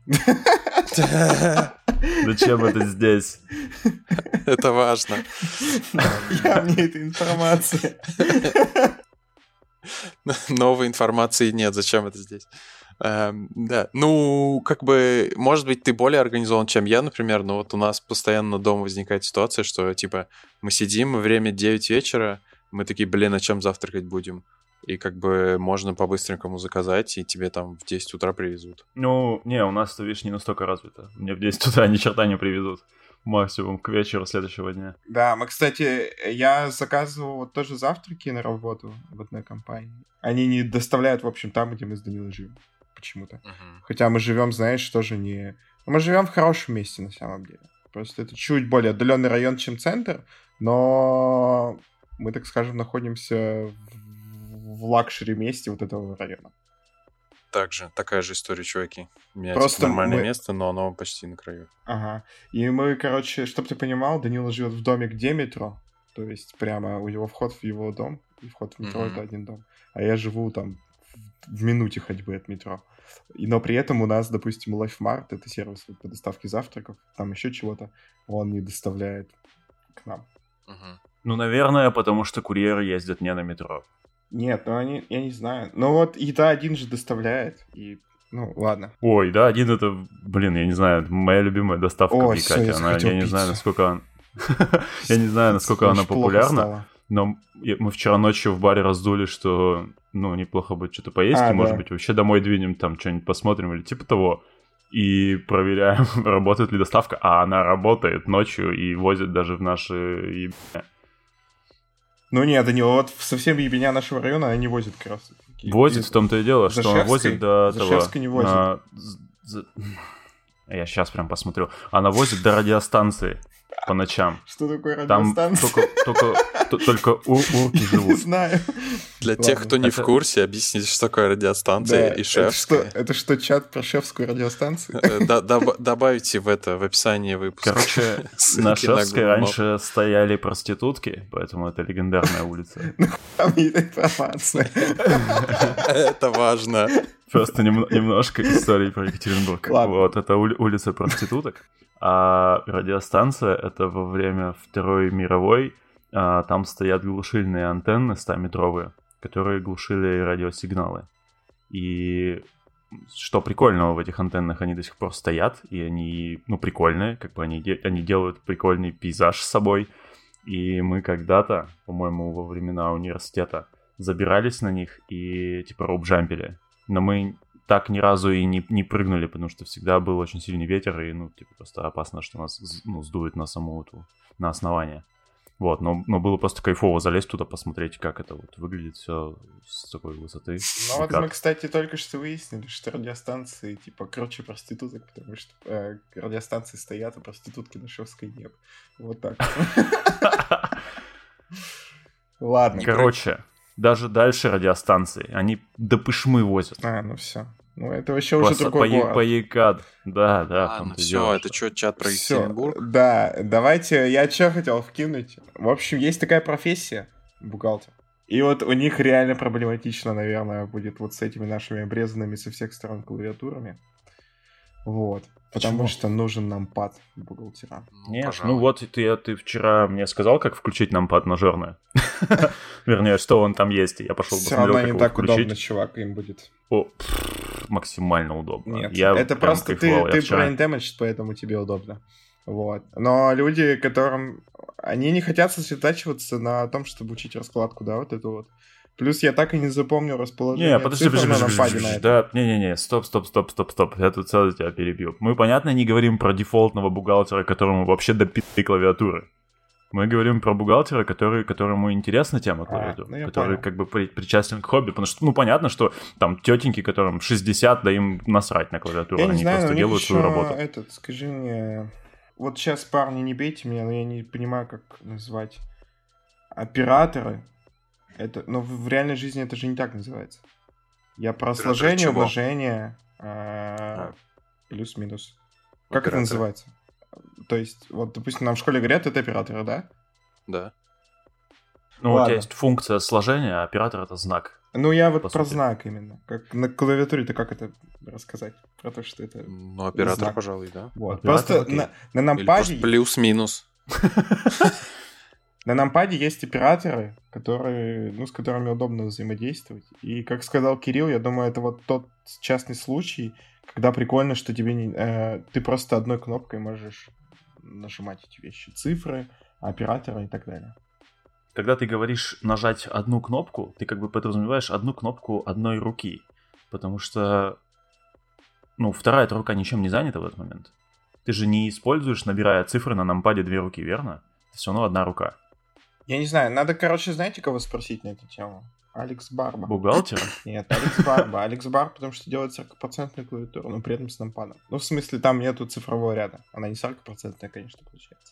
Зачем это здесь? Это важно. Я мне эта информация. Новой информации нет, зачем это здесь? Эм, да, ну, как бы, может быть, ты более организован, чем я, например, но вот у нас постоянно дома возникает ситуация, что, типа, мы сидим, время девять вечера, мы такие, блин, а чем завтракать будем? И как бы можно по-быстренькому заказать, и тебе там в десять утра привезут. Ну, не, у нас, ты видишь, не настолько развито. Мне в десять утра ни черта не привезут. Максимум к вечеру следующего дня. Да, мы, кстати, я заказывал вот тоже завтраки на работу в одной компании. Они не доставляют, в общем, там, где мы с Данилой живем. Почему-то. Мгм. Хотя мы живем, знаешь, тоже не... Мы живем в хорошем месте, на самом деле. Просто это чуть более отдаленный район, чем центр, но мы, так скажем, находимся в, в лакшери месте вот этого района. Также, такая же история, чуваки. У меня Просто типа, нормальное мы- место, но оно почти на краю. Ага. И мы, короче, чтоб ты понимал, Данила живет в доме, где метро. То есть прямо у него вход в его дом, и вход в метро Мгм. это один дом. А я живу там в, в минуте ходьбы от метро. И, но при этом у нас, допустим, LifeMart, это сервис вот по доставке завтраков, там еще чего-то, он не доставляет к нам. Мгм. Ну, наверное, потому что курьеры ездят не на метро. Нет, ну они, я не знаю. Но вот еда один же доставляет, и, ну, ладно. Ой, да, один это, блин, я не знаю, это моя любимая доставка Ой, в всё, Якате. я Она, захотел я не знаю, пиццу. насколько он- Я не знаю, насколько она Аж плохо популярна, стало. но я- мы вчера ночью в баре раздули, что, ну, неплохо будет что-то поесть, А, и, может да. быть, вообще домой двинем, там что-нибудь посмотрим или типа того. И проверяем, работает ли доставка. А она работает ночью и возит даже в наши... еб- Ну нет, Данила, вот в совсем ебеня нашего района она не возит как раз. таки. Возит, И- в том-то и дело, что она Зашевской- возит до того... Зашевской не возит. на- з- з- Я сейчас прям посмотрю. Она возит до радиостанции по ночам. Что такое Там радиостанция? только, только, т- только у- урки Не живут. знаю. Для Ладно. тех, кто не Это- в курсе, объясните, что такое радиостанция Да, и это что, шефская. это что, чат про шефскую радиостанцию? Э, да- доб- Добавите в это, в описание выпуска. Короче, Ссылки на на Шевской Google раньше стояли проститутки, поэтому это легендарная улица. Там есть информация. Это важно. Просто нем- немножко истории про Екатеринбург. Ладно. Вот, это ули- улица проституток. А радиостанция — это во время Второй мировой. а, Там стоят глушильные антенны стометровые, которые глушили радиосигналы. И что прикольного в этих антеннах, они до сих пор стоят, и они, ну, прикольные, как бы они, де- они делают прикольный пейзаж с собой. И мы когда-то, по-моему, во времена университета забирались на них и, типа, роуп-джампили. Но мы так ни разу и не, не прыгнули, потому что всегда был очень сильный ветер, и, ну, типа, просто опасно, что нас, з- ну, сдует на саму эту, на основание. Вот, но, но было просто кайфово залезть туда, посмотреть, как это вот выглядит все с такой высоты. Ну И вот как. мы, кстати, только что выяснили, что радиостанции, типа, круче проституток, потому что э, радиостанции стоят, а проститутки на Шевской нет. Вот так. Ладно. Короче, даже дальше радиостанции, они до Пышмы возят. А, ну все. Ну это вообще уже По, другой по, Е- город. по Екат. Да, да, в Ладно, том-то и все, дело, это что- что, чат про Всё, Екатеринбург? Да, давайте, я что хотел вкинуть. В общем, есть такая профессия, бухгалтер. И вот у них реально проблематично, наверное, будет вот с этими нашими обрезанными со всех сторон клавиатурами. Вот. Потому Почему? что нужен нам пад бухгалтера. Ну, Нет, пожалуй. ну вот ты, ты вчера мне сказал, как включить нам пад мажорное. Вернее, что он там есть, и я пошел Все посмотрел, равно как не его так удобно, включить. чувак, им будет. О, пф, максимально удобно. Нет, Я это прям просто ты, кайфовал. Я ты вчера- brain damaged, поэтому тебе удобно. Вот. Но люди, которым... Они не хотят сосредотачиваться на том, чтобы учить раскладку, да, вот это вот. Плюс я так и не запомнил расположение Не, подожди, цифр подожди, на подожди, нападе подожди, на это. да, не-не-не, стоп, стоп, стоп, стоп, стоп, я тут сразу тебя перебью. Мы, понятно, не говорим про дефолтного бухгалтера, которому вообще до пи***й клавиатуры. Мы говорим про бухгалтера, который, которому интересна тема клавиатуры, а, ну который понял. как бы при, причастен к хобби, потому что, ну, понятно, что там тетеньки, которым шестьдесят, да им насрать на клавиатуру, Я не они знаю, просто но у них делают еще свою работу. этот, скажи мне, вот сейчас, парни, не бейте меня, но я не понимаю, как назвать операторы. Это, но в, в реальной жизни это же не так называется. Я про Операторы сложение, чего? умножение, а, А. плюс-минус. Как Операторы. это называется? То есть, вот, допустим, нам в школе говорят, это операторы, да? Да. Ну, Ладно. у тебя есть функция сложения, а оператор — это знак. Ну, я вот По про сути. знак именно. Как на клавиатуре-то как это рассказать? Про то, что это Ну, оператор, знак. пожалуй, да. Вот. Оператор, Просто окей. на, на Или нампаде... просто плюс-минус. На нампаде есть операторы, которые, ну, с которыми удобно взаимодействовать. И, как сказал Кирилл, я думаю, это вот тот частный случай, когда прикольно, что тебе не, э, ты просто одной кнопкой можешь нажимать эти вещи. Цифры, операторы и так далее. Когда ты говоришь нажать одну кнопку, ты как бы подразумеваешь одну кнопку одной руки. Потому что, ну, вторая эта рука ничем не занята в этот момент. Ты же не используешь, набирая цифры на нампаде две руки, верно? Это все равно одна рука. Я не знаю, надо, короче, знаете, кого спросить на эту тему? Алекс Барба. Бухгалтера? Нет, Алекс Барба. Алекс Бар, потому что делает сорокопроцентную клавиатуру, но при этом с нампадом. Ну, в смысле, там нету цифрового ряда. Она не сорокопроцентная, конечно, получается.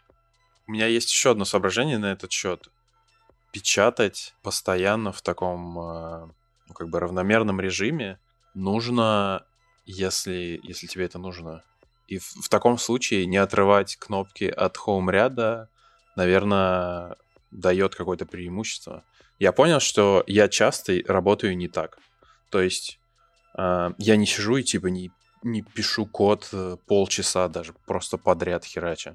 У меня есть еще одно соображение на этот счет. Печатать постоянно в таком, э, ну, как бы равномерном режиме нужно, если, если тебе это нужно. И в, в таком случае не отрывать кнопки от home ряда, наверное, дает какое-то преимущество. Я понял, что я часто работаю не так. То есть э, я не сижу и типа не, не пишу код полчаса даже, просто подряд херача.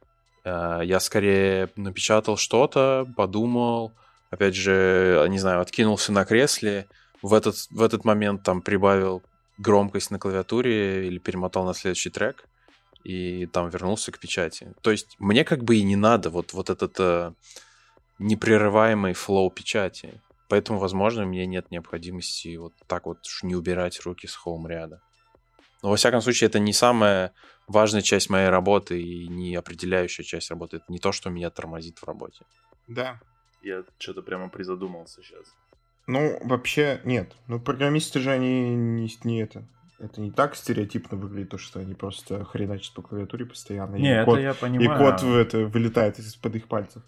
Э, я скорее напечатал что-то, подумал, опять же, не знаю, откинулся на кресле, в этот, в этот момент там прибавил громкость на клавиатуре или перемотал на следующий трек и там вернулся к печати. То есть мне как бы и не надо вот, вот этот э, непрерываемый флоу печати. Поэтому, возможно, мне нет необходимости вот так вот не убирать руки с хоум-ряда. Но, во всяком случае, это не самая важная часть моей работы и не определяющая часть работы. Это не то, что меня тормозит в работе. Да. Я что-то прямо призадумался сейчас. Ну, вообще, нет. Ну, программисты же, они не, не это. Это не так стереотипно выглядит, то, что они просто хреначат по клавиатуре постоянно. Не, и это код, я и понимаю. код в это, вылетает из-под их пальцев.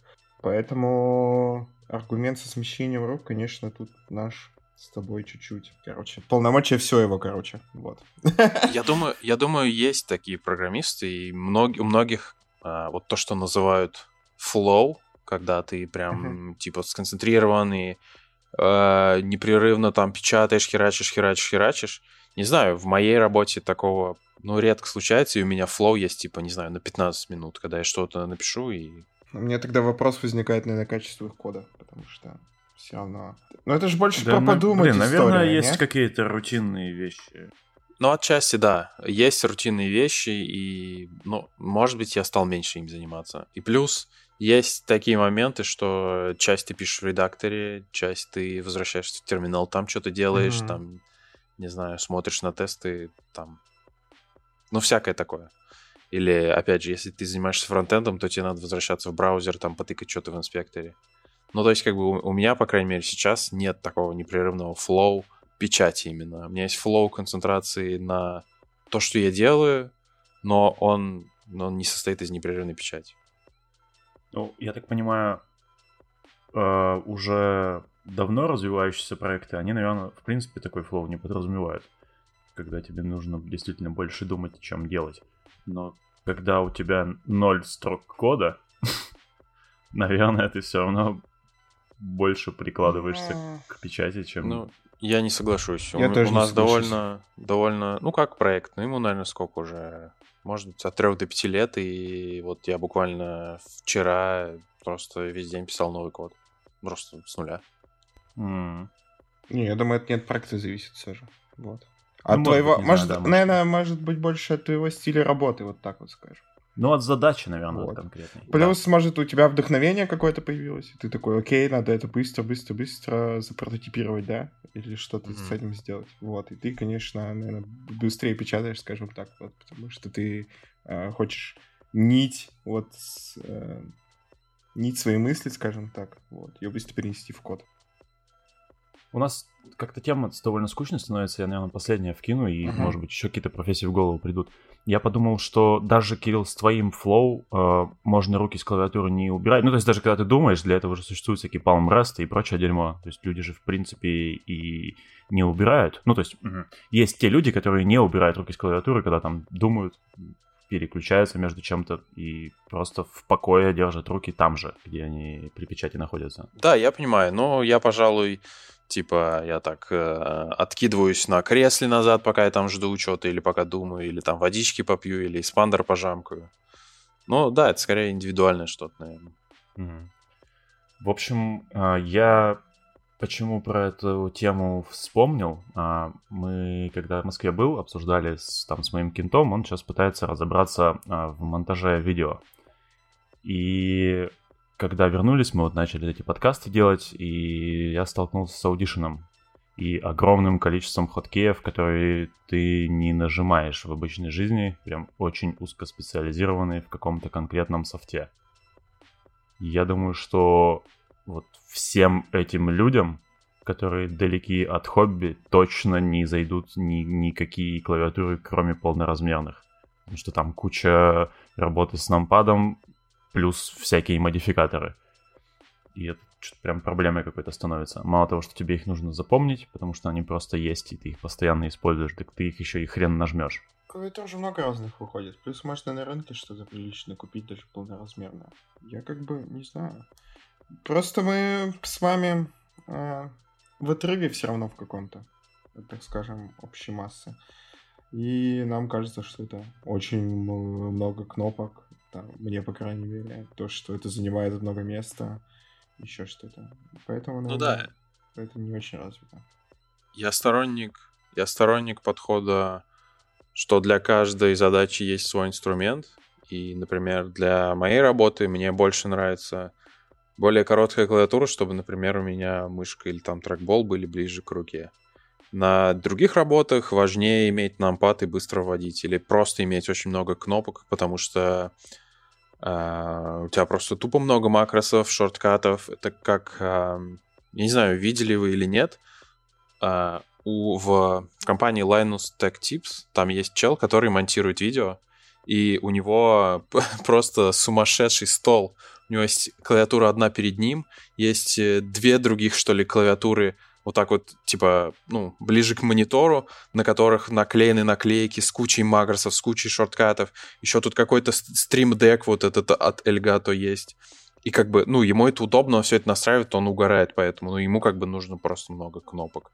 Поэтому аргумент со смещением рук, конечно, тут наш с тобой чуть-чуть. Короче, полномочия все его, короче. Вот. Я думаю, я думаю, есть такие программисты, и мног, у многих а, вот то, что называют flow, когда ты прям, uh-huh. типа, сконцентрирован и э, непрерывно там печатаешь, херачишь, херачишь, херачишь. Не знаю, в моей работе такого, ну, редко случается, и у меня flow есть, типа, не знаю, на пятнадцать минут, когда я что-то напишу и... У меня тогда вопрос возникает, наверное, качество их кода, потому что все равно... Ну, это же больше Да, про на- подумать блин, история, наверное, есть нет? какие-то рутинные вещи. Ну, отчасти, да. Есть рутинные вещи, и, ну, может быть, я стал меньше им заниматься. И плюс есть такие моменты, что часть ты пишешь в редакторе, часть ты возвращаешься в терминал, там что-то делаешь, Мгм. там, не знаю, смотришь на тесты, там, ну, всякое такое. Или, опять же, если ты занимаешься фронтендом, то тебе надо возвращаться в браузер, там, потыкать что-то в инспекторе. Ну, то есть, как бы, у, у меня, по крайней мере, сейчас нет такого непрерывного флоу, печати именно. У меня есть флоу концентрации на то, что я делаю, но он, но он не состоит из непрерывной печати. Ну, я так понимаю, э, уже давно развивающиеся проекты, они, наверное, в принципе такой флоу не подразумевают. Когда тебе нужно действительно больше думать, о чем делать. Но когда у тебя ноль строк кода, наверное, ты все равно больше прикладываешься к печати, чем... Ну, я не соглашусь. Я у, тоже у не нас соглашусь. довольно, довольно, ну как проект, ну ему, наверное, сколько уже, может быть, от трех до пяти лет, и вот я буквально вчера просто весь день писал новый код, просто с нуля. М. Не, я думаю, это не от проекта зависит все же. Вот. От Ну, может твоего... быть, не знаю, может, да, может наверное, может быть больше от твоего стиля работы, вот так вот скажем. Ну, от задачи, наверное, Вот. конкретной. Плюс, может, у тебя вдохновение какое-то появилось, и ты такой, окей, надо это быстро, быстро, быстро запрототипировать, да? Или что-то Мгм. с этим сделать. Вот. И ты, конечно, наверное, быстрее печатаешь, скажем так, вот, потому что ты э, хочешь нить вот с, э, нить своей мысли, скажем так, вот, ее быстро перенести в код. У нас как-то тема довольно скучная становится, я, наверное, последнее вкину, и, uh-huh. может быть, еще какие-то профессии в голову придут. Я подумал, что даже, Кирилл, с твоим флоу э, можно руки с клавиатуры не убирать. Ну, то есть даже когда ты думаешь, для этого же существуют всякие Palm Rest и прочее дерьмо. То есть люди же, в принципе, и не убирают. Ну, то есть uh-huh. есть те люди, которые не убирают руки с клавиатуры, когда там думают, переключаются между чем-то и просто в покое держат руки там же, где они при печати находятся. Да, я понимаю, но я, пожалуй... Типа, я так э, откидываюсь на кресле назад, пока я там жду что-то, или пока думаю, или там водички попью, или эспандер пожамкаю. Ну, да, это скорее индивидуальное что-то, наверное. Mm-hmm. В общем, я почему про эту тему вспомнил? Мы, когда в Москве был, обсуждали с, там, с моим кентом, он сейчас пытается разобраться в монтаже видео. И... Когда вернулись, мы вот начали эти подкасты делать, и я столкнулся с аудишеном и огромным количеством хоткеев, которые ты не нажимаешь в обычной жизни, прям очень узкоспециализированные в каком-то конкретном софте. И я думаю, что вот всем этим людям, которые далеки от хобби, точно не зайдут ни, никакие клавиатуры, кроме полноразмерных. Потому что там куча работы с нампадом, плюс всякие модификаторы. И это что-то прям проблемой какой-то становится. Мало того, что тебе их нужно запомнить, потому что они просто есть, и ты их постоянно используешь, так ты их еще и хрен нажмешь. Клавиатур уже много разных выходит. Плюс можно на рынке что-то приличное купить, даже полноразмерное. Я как бы не знаю. Просто мы с вами э, в отрыве все равно в каком-то, так скажем, общей массы. И нам кажется, что это очень много кнопок. Там, мне, по крайней мере, то, что это занимает много места, еще что-то. Поэтому, наверное, ну, да. Это не очень развито. Я сторонник, я сторонник подхода, что для каждой задачи есть свой инструмент. И, например, для моей работы мне больше нравится более короткая клавиатура, чтобы, например, у меня мышка или там трекбол были ближе к руке. На других работах важнее иметь нампад и быстро вводить, или просто иметь очень много кнопок, потому что Uh, у тебя просто тупо много макросов, шорткатов. Это как... Uh, я не знаю, видели вы или нет. Uh, у, в компании Linus Tech Tips там есть чел, который монтирует видео. И у него просто сумасшедший стол. У него есть клавиатура одна перед ним. Есть две других, что ли, клавиатуры вот так вот, типа, ну, ближе к монитору, на которых наклеены наклейки с кучей макросов, с кучей шорткатов. Еще тут какой-то стрим-дек вот этот от Elgato есть. И как бы, ну, ему это удобно, он все это настраивает, он угорает поэтому. Ну, ему как бы нужно просто много кнопок.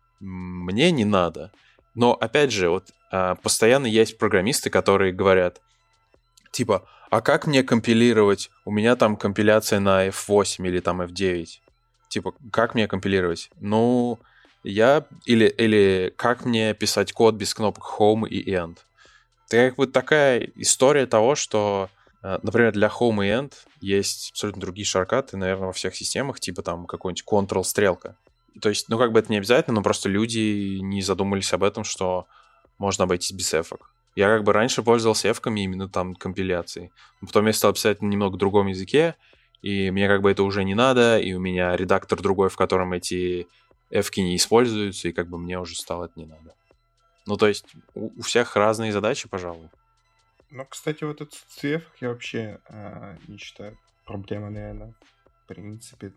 Мне не надо. Но, опять же, вот постоянно есть программисты, которые говорят, типа, а как мне компилировать? У меня там компиляция на эф восемь или там эф девять. Типа, как мне компилировать? Ну, я... Или, или как мне писать код без кнопок Home и End? Это как бы такая история того, что, например, для Home и End есть абсолютно другие шорткаты, наверное, во всех системах, типа там какой-нибудь Ctrl-стрелка. То есть, ну, как бы это не обязательно, но просто люди не задумались об этом, что можно обойтись без эфок. Я как бы раньше пользовался эфками именно там компиляцией. Потом я стал писать на немного другом языке, и мне как бы это уже не надо, и у меня редактор другой, в котором эти эфки не используются, и как бы мне уже стало это не надо. Ну, то есть у, у всех разные задачи, пожалуй. Ну, кстати, вот этот эф я вообще э, не считаю проблемой, наверное, в принципе.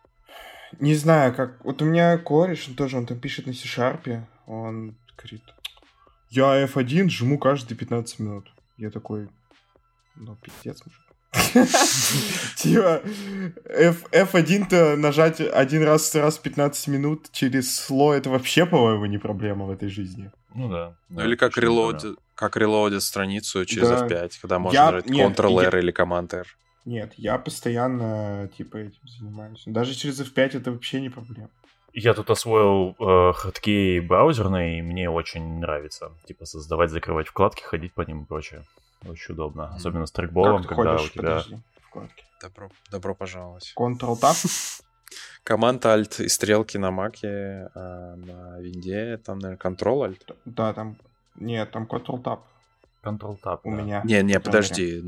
Не знаю, как... Вот у меня кореш, он тоже, он там пишет на C-Sharp, он говорит, я эф один жму каждые пятнадцать минут. Я такой, ну, пиздец, мужик. Типа, эф один-то нажать один раз раз пятнадцать минут через слой, это вообще, по-моему, не проблема в этой жизни. Ну да. Ну или как релоудит, как релоудит страницу через эф пять, когда можно нажать Ctrl-R или Command-R. Нет, я постоянно, типа, этим занимаюсь. Даже через эф пять это вообще не проблема. Я тут освоил э, хоткей браузерный, и мне очень нравится. Типа создавать, закрывать вкладки, ходить по ним и прочее. Очень удобно. Mm. Особенно с трекболом, когда ходишь, у тебя... Подожди, вкладки. Добро, добро пожаловать. Ctrl-Tab? Команд-Alt и стрелки на Маке, а на Винде там, наверное, Ctrl-Alt. Да, там... Нет, там Ctrl-Tab. Ctrl-Tab, у да. меня. Не, не, подожди, ну...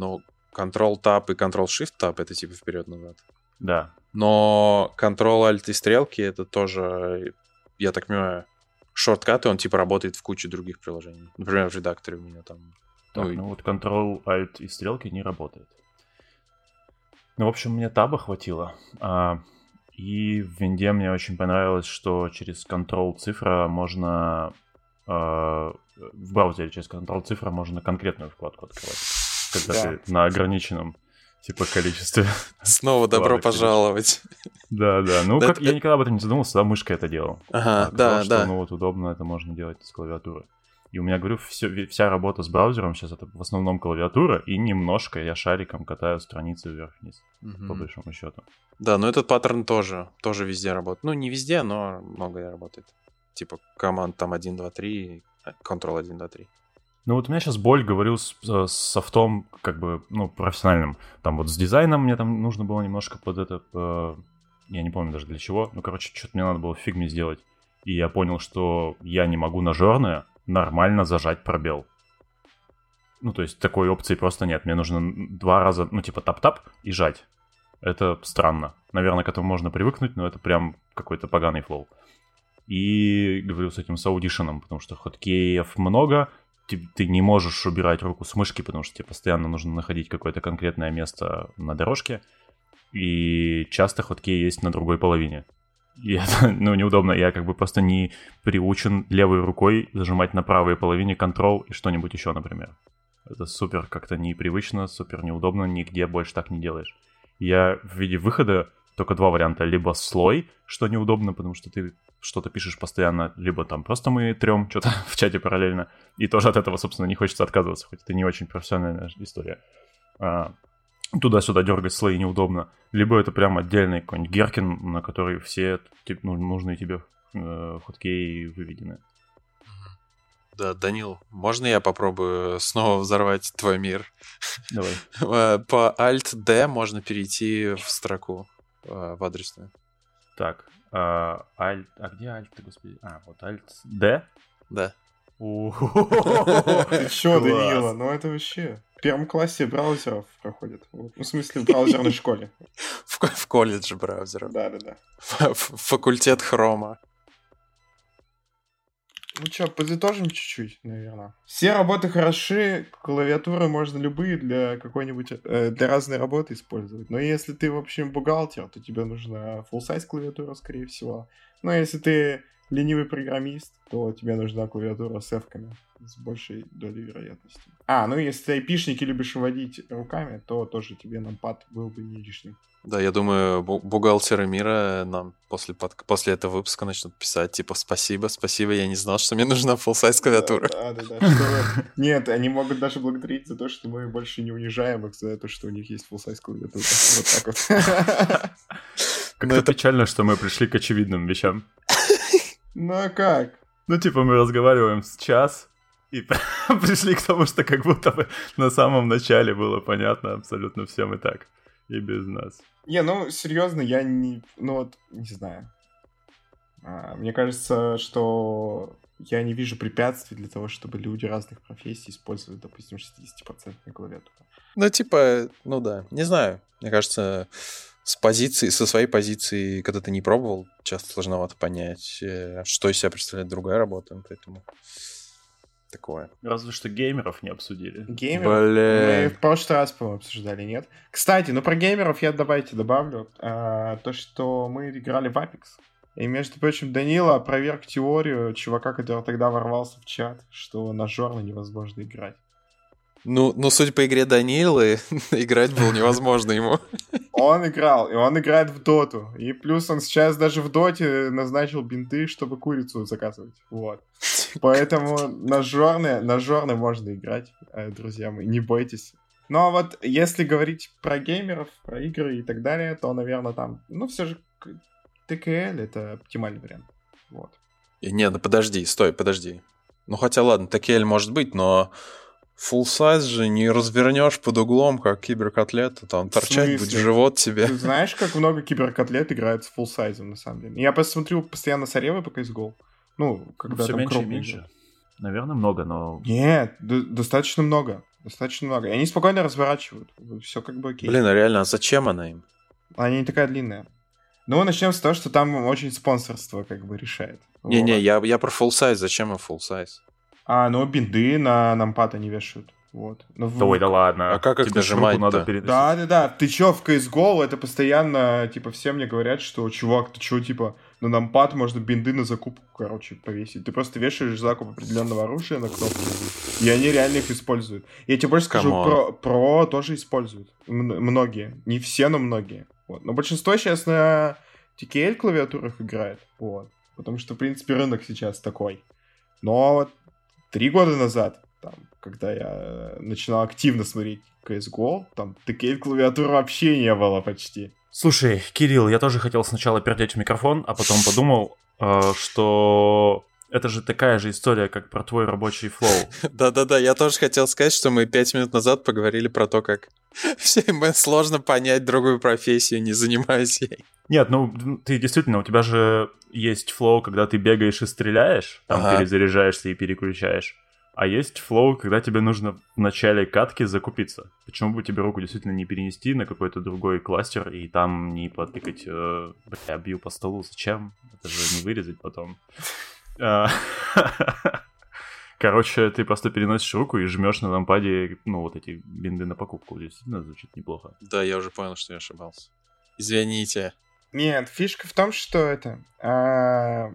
Control-Tab и Control-Shift-Tab — это типа вперед-назад. Да. Но Control-Alt и стрелки — это тоже, я так понимаю, шорткаты, он типа работает в куче других приложений. Например, в редакторе у меня там... Так, ну, ну вот Control-Alt и стрелки не работает. Ну, в общем, мне таба хватило. А, и в винде мне очень понравилось, что через Control-цифра можно... А, в браузере через Control-цифра можно конкретную вкладку открывать. Когда Да. ты на ограниченном типа количестве. Снова добро пожаловать. Да, да. Ну, Да, как это- я никогда об этом не задумывался, тогда мышкой это делал. Ага, Оказалось, да, что, да. ну вот удобно, это можно делать с клавиатуры. И у меня, говорю, всё- вся работа с браузером сейчас это в основном клавиатура, и немножко я шариком катаю страницы вверх-вниз, Мгм. по большому счету. Да, но этот паттерн тоже, тоже везде работает. Ну, не везде, но много работает. Типа команд там один, два, три, Ctrl один, два, три. Ну вот у меня сейчас боль, говорю, с, с софтом, как бы, ну, профессиональным. Там вот с дизайном мне там нужно было немножко под это... э, я не помню даже для чего. Ну, короче, что-то мне надо было в фигме сделать. И я понял, что я не могу на жорное нормально зажать пробел. Ну, то есть такой опции просто нет. Мне нужно два раза, ну, типа тап-тап и жать. Это странно. Наверное, к этому можно привыкнуть, но это прям какой-то поганый флоу. И говорю с этим с аудишеном, потому что хоткеев много, ты, ты не можешь убирать руку с мышки, потому что тебе постоянно нужно находить какое-то конкретное место на дорожке, и часто хоткей есть на другой половине. И это, ну, неудобно. Я как бы просто не приучен левой рукой зажимать на правой половине Ctrl и что-нибудь еще, например. Это супер как-то непривычно, супер неудобно, нигде больше так не делаешь. Я в виде выхода только два варианта. Либо слой, что неудобно, потому что ты что-то пишешь постоянно, либо там просто мы трем что-то в чате параллельно. И тоже от этого, собственно, не хочется отказываться, хоть это не очень профессиональная история. А, туда-сюда дергать слои неудобно. Либо это прям отдельный какой-нибудь Геркин, на который все типа, ну, нужные тебе э, хоткеи выведены. Да, Данил, можно я попробую снова взорвать твой мир? Давай. По Alt-D можно перейти в строку, в адресную. Так, а, Alt... А где Alt, господи? А, вот Alt-D? Да. Ты чё, Данила? Ну это вообще... В первом классе браузеров проходит. Вот. Ну, в смысле, в браузерной школе. В, в колледже браузеров. Да-да-да. Факультет хрома. Ну чё, подытожим чуть-чуть, наверное. Все работы хороши, клавиатуры можно любые для какой-нибудь, э, для разной работы использовать. Но если ты, в общем, бухгалтер, то тебе нужна full-size клавиатура, скорее всего. Но если ты ленивый программист, то тебе нужна клавиатура с эфками, с большей долей вероятности. А, ну если ты айпишник и любишь вводить руками, то тоже тебе нампад был бы не лишним. Да, я думаю, бу- бухгалтеры мира нам после, под... после этого выпуска начнут писать, типа, спасибо, спасибо, я не знал, что мне нужна full-size клавиатура. Да, да, да. Что... Нет, они могут даже благодарить за то, что мы больше не унижаем их за то, что у них есть full-size клавиатура. Вот так вот. Как-то печально, что мы пришли к очевидным вещам. Ну а как? Ну, типа, мы разговариваем с час, и пришли к тому, что как будто бы на самом начале было понятно абсолютно всем и так, и без нас. Не, ну, серьезно, я не... Ну вот, не знаю. А, мне кажется, что я не вижу препятствий для того, чтобы люди разных профессий использовали, допустим, шестидесятипроцентную клавиатуру. Ну, типа, ну да, не знаю. Мне кажется, с позиции, со своей позиции, когда ты не пробовал, часто сложновато понять, что из себя представляет другая работа, поэтому такое. Разве что геймеров не обсудили. Геймеров? Бля. Мы в прошлый раз, по-моему, обсуждали, нет? Кстати, ну про геймеров я, давайте, добавлю. А, то, что мы играли в Apex. И, между прочим, Данила опроверг теорию чувака, который тогда ворвался в чат, что на жорно невозможно играть. Ну, ну, судя по игре Данилы, играть было невозможно ему. Он играл, и он играет в доту. И плюс он сейчас даже в доте назначил бинты, чтобы курицу заказывать. Вот. Поэтому на жорны, на жорны можно играть, друзья мои, не бойтесь. Ну а вот если говорить про геймеров, про игры и так далее, то, наверное, там, ну, все же ти кей эл это оптимальный вариант. Вот. Не, ну подожди, стой, подожди. Ну хотя ладно, ти кей эл может быть, но full size же не развернешь под углом, как киберкотлета, там торчать будет живот тебе. Ты знаешь, как много киберкотлет играет с full size на самом деле? Я посмотрю постоянно с Аревой по си эс го. Ну, когда все там меньше и крупные меньше. игры. Наверное, много, но... Нет, д- достаточно много. Достаточно много. И они спокойно разворачивают. Все как бы окей. Блин, а реально, а зачем она им? Она не такая длинная. Ну, начнем с того, что там очень спонсорство как бы решает. Не-не, вот. я, я про full size. Зачем им full size? А, ну, бинды на нампад они вешают. Вот. Но Да ой, в... да ладно. А как их Тебе ж руку нажимать-то? надо переносить. Да-да-да. Ты чё, в си эс го это постоянно, типа, все мне говорят, что, чувак, ты чё, типа, на нампад можно бинды на закупку, короче, повесить. Ты просто вешаешь закуп определенного оружия на кнопки, и они реально их используют. Я тебе больше скажу, про, про тоже используют. М- многие. Не все, но многие. Вот. Но большинство сейчас на ти кей эл клавиатурах играет. Вот. Потому что, в принципе, рынок сейчас такой. Но вот три года назад, там, когда я начинал активно смотреть си эс го, там ти кей эл клавиатур вообще не было почти. Слушай, Кирилл, я тоже хотел сначала пердеть в микрофон, а потом подумал, э, что это же такая же история, как про твой рабочий флоу. Да-да-да, я тоже хотел сказать, что мы пять минут назад поговорили про то, как всем сложно понять другую профессию, не занимаясь ей. Нет, ну ты действительно, у тебя же есть флоу, когда ты бегаешь и стреляешь, там Ага. перезаряжаешься и переключаешь. А есть флоу, когда тебе нужно в начале катки закупиться. Почему бы тебе руку действительно не перенести на какой-то другой кластер и там не потыкать... Э, бля, бью по столу, зачем? Это же не вырезать потом. Короче, ты просто переносишь руку и жмешь на нампаде, ну, вот эти бинды на покупку. Действительно звучит неплохо. Да, я уже понял, что я ошибался. Извините. Нет, фишка в том, что это... А...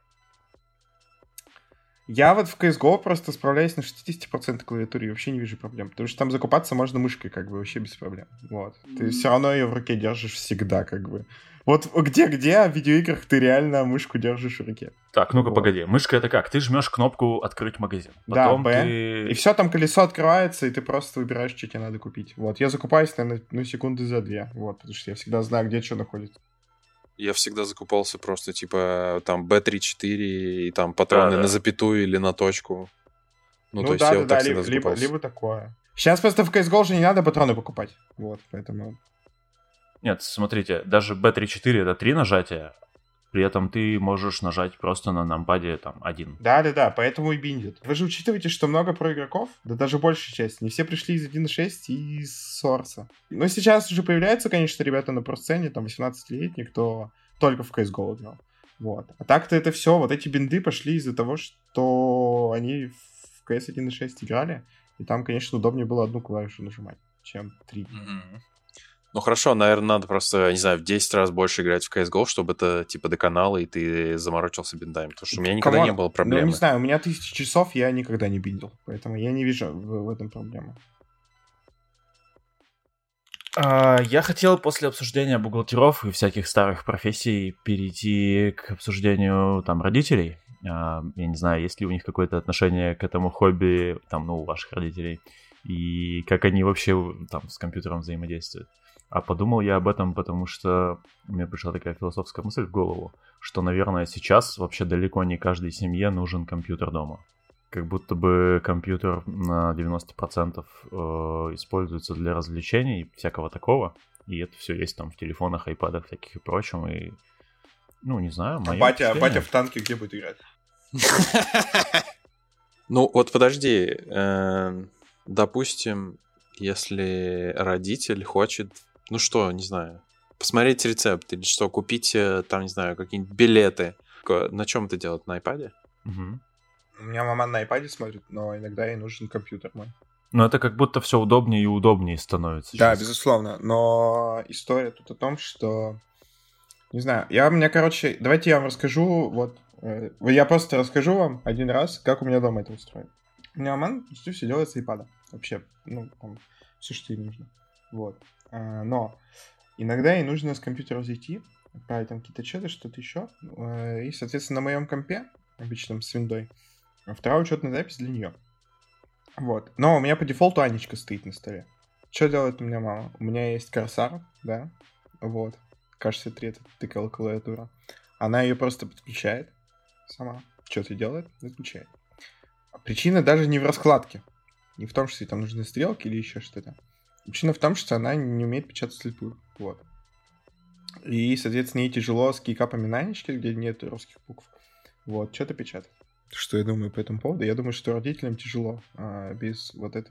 Я вот в си эс го просто справляюсь на шестьдесят процентов клавиатуре и вообще не вижу проблем. Потому что там закупаться можно мышкой, как бы, вообще без проблем. Вот. Ты все равно ее в руке держишь всегда, как бы. Вот где-где, а в видеоиграх ты реально мышку держишь в руке. Так, ну-ка, Вот. погоди. Мышка это как? Ты жмешь кнопку «Открыть магазин». Да, Потом Б. ты... И все, там колесо открывается, и ты просто выбираешь, что тебе надо купить. Вот. Я закупаюсь, наверное, ну, секунды за две. Вот. Потому что я всегда знаю, где что находится. Я всегда закупался просто, типа, там, бэ тридцать четыре и там патроны Да, да. на запятую или на точку. Ну, Ну, то есть да, я да, вот да, так либо, всегда либо, закупался. либо такое. Сейчас просто в си эс го уже не надо патроны покупать. Вот, поэтому... Нет, смотрите, даже бэ тридцать четыре это три нажатия, при этом ты можешь нажать просто на нампаде там один. Да-да-да, поэтому и биндит. Вы же учитываете, что много проигроков, да даже большая часть, не все пришли из один шесть и из Сорса. Но сейчас уже появляются, конечно, ребята на просцене, там восемнадцатилетние, кто только в си эс го играл. Вот. А так-то это все, вот эти бинды пошли из-за того, что они в си эс один шесть играли, и там, конечно, удобнее было одну клавишу нажимать, чем три. Мгм. Ну хорошо, наверное, надо просто, не знаю, в десять раз больше играть в си эс го, чтобы это, типа, доконало, и ты заморочился биндами. Потому что у меня никогда Камон, не было Ну, проблемы. не знаю, у меня тысячи часов, я никогда не биндил, поэтому я не вижу в, в этом проблемы. А, я хотел после обсуждения бухгалтеров и всяких старых профессий перейти к обсуждению там родителей. А, я не знаю, есть ли у них какое-то отношение к этому хобби, там, ну, у ваших родителей, и как они вообще там с компьютером взаимодействуют. А подумал я об этом, потому что мне пришла такая философская мысль в голову, что, наверное, сейчас вообще далеко не каждой семье нужен компьютер дома. Как будто бы компьютер на девяносто процентов э, используется для развлечений и всякого такого. И это все есть там в телефонах, айпадах всяких и прочем. И, ну, не знаю, А моё батя, впечатление. батя в танке где будет играть? Ну, вот подожди. эм, Допустим, если родитель хочет, ну что, не знаю, посмотреть рецепт или что, купить, э, там, не знаю, какие-нибудь билеты. Ко- На чем это делать? На iPad? Мгм. У меня мама на iPad смотрит, но иногда ей нужен компьютер мой. Но это как будто все удобнее и удобнее становится. Да, щас. безусловно. Но история тут о том, что... Не знаю, я у меня, короче... Давайте я вам расскажу, вот... э, Я просто расскажу вам один раз, как у меня дома это устроено. У меня мама почти все делает с iPad. Вообще, ну, там, все, что ей нужно. Вот. А, Но иногда ей нужно с компьютера зайти, отправить там какие-то чаты, что-то еще. Э, И, соответственно, на моем компе, обычном с виндой, вторая учетная запись для нее. Вот. Но у меня по дефолту Анечка стоит на столе. Что делает у меня мама? У меня есть Корсар, да, вот. ка шестьдесят три это тыкала клавиатура. Она ее просто подключает сама. Что-то делает, отключает. Причина даже не в раскладке. Не в том, что ей там нужны стрелки или еще что-то. Причина в том, что она не умеет печатать слепую. Вот. И, соответственно, ей тяжело с кейкапами на Анечке, где нет русских букв. Вот, что-то печатать. Что я думаю по этому поводу? Я думаю, что родителям тяжело а, без вот этой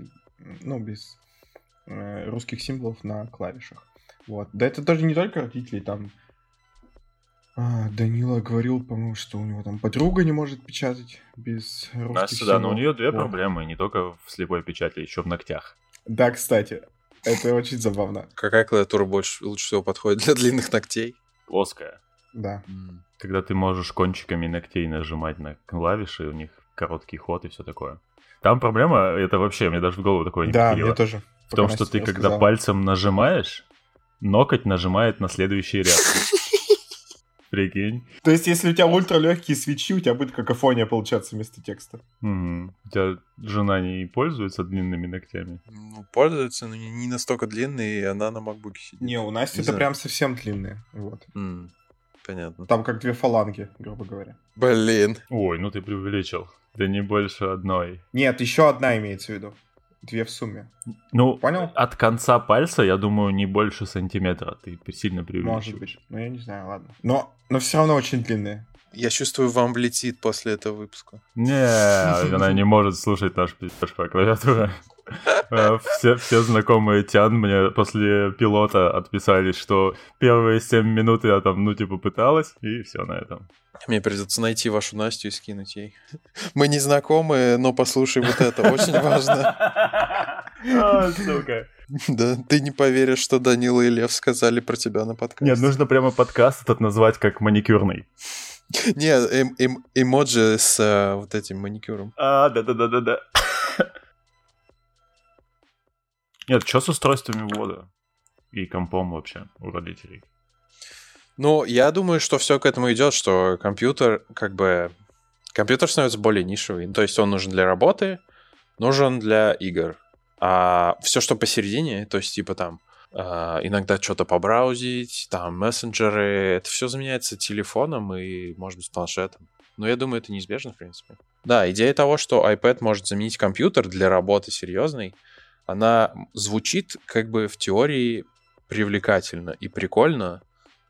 ну, без э, русских символов на клавишах. Вот. Да это даже не только родители, там а, Данила говорил, по-моему, что у него там подруга не может печатать без русских Настя, символов. да, но у нее две Вот. проблемы, не только в слепой печати, еще в ногтях. Да, кстати, это очень забавно. Какая клавиатура больше лучше всего подходит для длинных ногтей? Плоская. Да. М. Когда ты можешь кончиками ногтей нажимать на клавиши, у них короткий ход и все такое. Там проблема, это вообще, мне даже в голову такое не Да, приходило. мне тоже. В том, пока что Настя ты, не когда рассказала. пальцем нажимаешь, ноготь нажимает на следующий ряд. Прикинь. То есть, если у тебя ультралегкие свечи, у тебя будет какофония получаться вместо текста. Мгм. У тебя жена не пользуется длинными ногтями? Ну, пользуется, но не, не настолько длинный, и она на макбуке сидит. Не, у Насти Не это знаю. прям совсем длинные. Вот. М, Понятно. Там как две фаланги, грубо говоря. Блин. Ой, ну ты преувеличил. Да не больше одной. Нет, еще одна имеется в виду. Две в сумме. Ну, Понял? от конца пальца, я думаю, не больше сантиметра. Ты сильно преувеличиваешь. Может быть. Но я не знаю, ладно. Но, но все равно очень длинные. Я чувствую, вам влетит после этого выпуска. Не, она не может слушать наш пиздеж по клавиатуре. Э, Все, все знакомые Тян мне после пилота отписались, что первые семь минут я там, ну, типа, пыталась, и все на этом. Мне придется найти вашу Настю и скинуть ей. Мы не знакомы, но послушай вот это, очень важно. А, сука. Да, ты не поверишь, что Данила и Лев сказали про тебя на подкасте. Нет, нужно прямо подкаст этот назвать как маникюрный. Нет, эм- эм- эмоджи с э, вот этим маникюром. А, да-да-да-да-да. Нет, что с устройствами ввода? И компом вообще у родителей? Ну, я думаю, что все к этому идет, что компьютер, как бы, компьютер становится более нишевый. Ну, то есть он нужен для работы, нужен для игр. А все, что посередине, то есть типа там а, иногда что-то побраузить, там мессенджеры, это все заменяется телефоном и, может быть, планшетом. Но я думаю, это неизбежно, в принципе. Да, идея того, что iPad может заменить компьютер для работы серьезной, она звучит как бы в теории привлекательно и прикольно,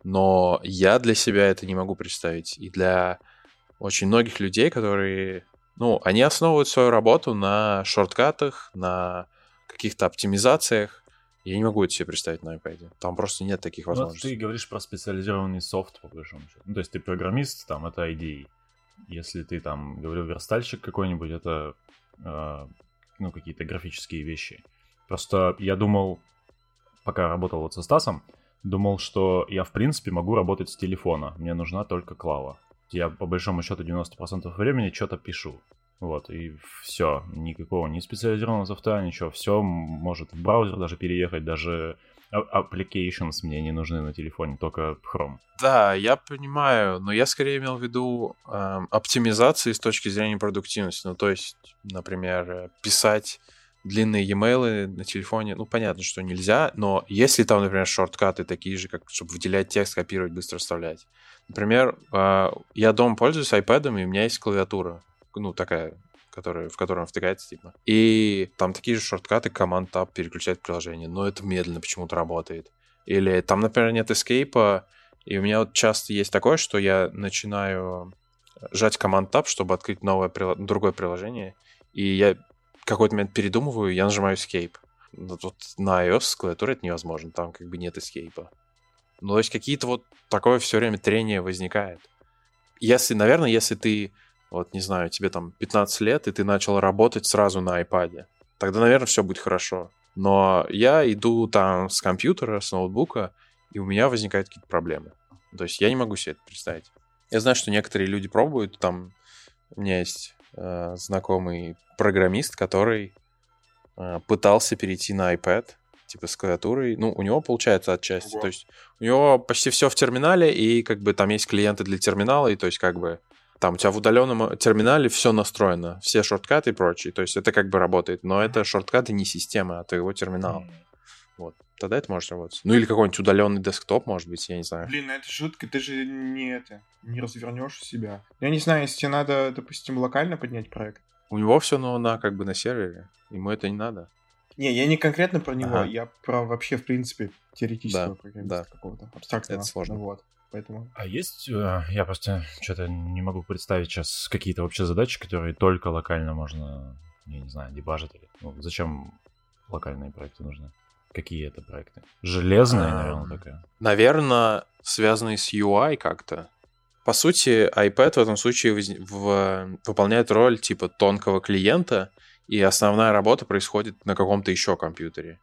но я для себя это не могу представить. И для очень многих людей, которые... Ну, они основывают свою работу на шорткатах, на каких-то оптимизациях. Я не могу это себе представить на iPad. Там просто нет таких Вот возможностей. ты говоришь про специализированный софт, по большому счету. Ну, то есть ты программист, там, это ай ди и. Если ты там, говорю, верстальщик какой-нибудь, это, э, ну, какие-то графические вещи. Просто я думал, пока работал вот со Стасом, думал, что я, в принципе, могу работать с телефона. Мне нужна только клава. Я, по большому счету, девяносто процентов времени что-то пишу. Вот, и все. Никакого ни специализированного софта, ничего. Все может в браузер даже переехать, даже applications мне не нужны на телефоне, только Chrome. Да, я понимаю, но я скорее имел в виду эм, оптимизации с точки зрения продуктивности. Ну, то есть, например, э, писать длинные e-mail на телефоне, ну, понятно, что нельзя, но если там, например, шорткаты такие же, как чтобы выделять текст, копировать, быстро вставлять. Например, э, я дома пользуюсь iPad, и у меня есть клавиатура, ну, такая, которая, в которой он втыкается, типа. И там такие же шорткаты, команд-таб, переключать приложение, но это медленно почему-то работает. Или там, например, нет эскейпа, и у меня вот часто есть такое, что я начинаю жать команд-таб, чтобы открыть новое, прило... другое приложение, и я в какой-то момент передумываю, я нажимаю escape. Но тут на iOS с клавиатурой это невозможно, там как бы нет эскейпа. Ну, то есть какие-то вот такое все время трение возникает. Если, наверное, если ты, вот не знаю, тебе там пятнадцать лет, и ты начал работать сразу на iPad, тогда, наверное, все будет хорошо. Но я иду там с компьютера, с ноутбука, и у меня возникают какие-то проблемы. То есть я не могу себе это представить. Я знаю, что некоторые люди пробуют, там у меня есть э, знакомый программист, который э, пытался перейти на iPad, типа с клавиатурой. Ну, у него получается отчасти. Ого. То есть у него почти все в терминале, и как бы там есть клиенты для терминала, и то есть как бы там у тебя в удаленном терминале все настроено, все шорткаты и прочее. То есть это как бы работает, но это шорткаты не система, а твоего терминала. Вот. Тогда это может работать. Ну или какой-нибудь удаленный десктоп, может быть, я не знаю. Блин, ну это жутко, ты же не это, не развернешь у себя. Я не знаю, если тебе надо, допустим, локально поднять проект. У него все ну, на как бы на сервере, ему это не надо. Не, я не конкретно про него, Ага. я про вообще, в принципе, теоретического Да, программиста да. какого-то, абстрактного. Это сложно. Ну вот, поэтому... А есть, э, я просто что-то не могу представить сейчас какие-то вообще задачи, которые только локально можно, я не знаю, дебажить или... Ну, зачем локальные проекты нужны? Какие это проекты? Железная, А, наверное, такая. Наверное, связанные с ю ай как-то. По сути, iPad в этом случае воз... в... выполняет роль типа тонкого клиента, и основная работа происходит на каком-то еще компьютере.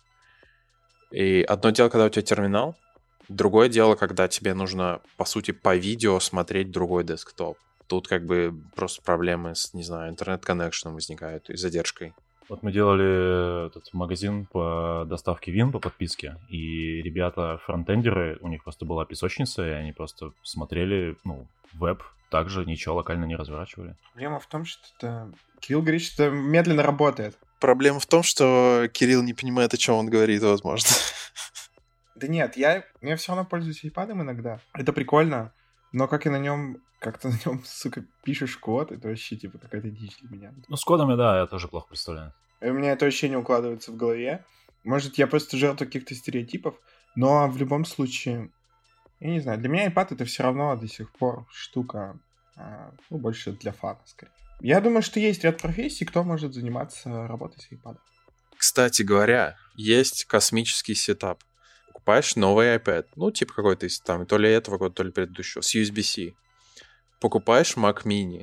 И одно дело, когда у тебя терминал, другое дело, когда тебе нужно, по сути, по видео смотреть другой десктоп. Тут как бы просто проблемы с, не знаю, интернет-коннекшеном возникают и задержкой. Вот мы делали этот магазин по доставке вин по подписке, и ребята фронтендеры, у них просто была песочница, и они просто смотрели, ну, веб, также ничего локально не разворачивали. Проблема в том, что это... Кирилл говорит, что это медленно работает. Проблема в том, что Кирилл не понимает, о чем он говорит, возможно. Да нет, я, я все равно пользуюсь iPad'ом иногда. Это прикольно, но как я на нем, как ты на нем, сука, пишешь код, это вообще типа какая-то дичь для меня. Ну, с кодами, да, я тоже плохо представляю. И у меня это вообще не укладывается в голове. Может, я просто жертва каких-то стереотипов, но в любом случае, я не знаю, для меня iPad это все равно до сих пор штука, а, ну, больше для фана, скорее. Я думаю, что есть ряд профессий, кто может заниматься работой с iPad. Кстати говоря, есть космический сетап. Покупаешь новый iPad, ну, типа какой-то из там, то ли этого года, то ли предыдущего, с ю эс би-C. Покупаешь Mac Mini,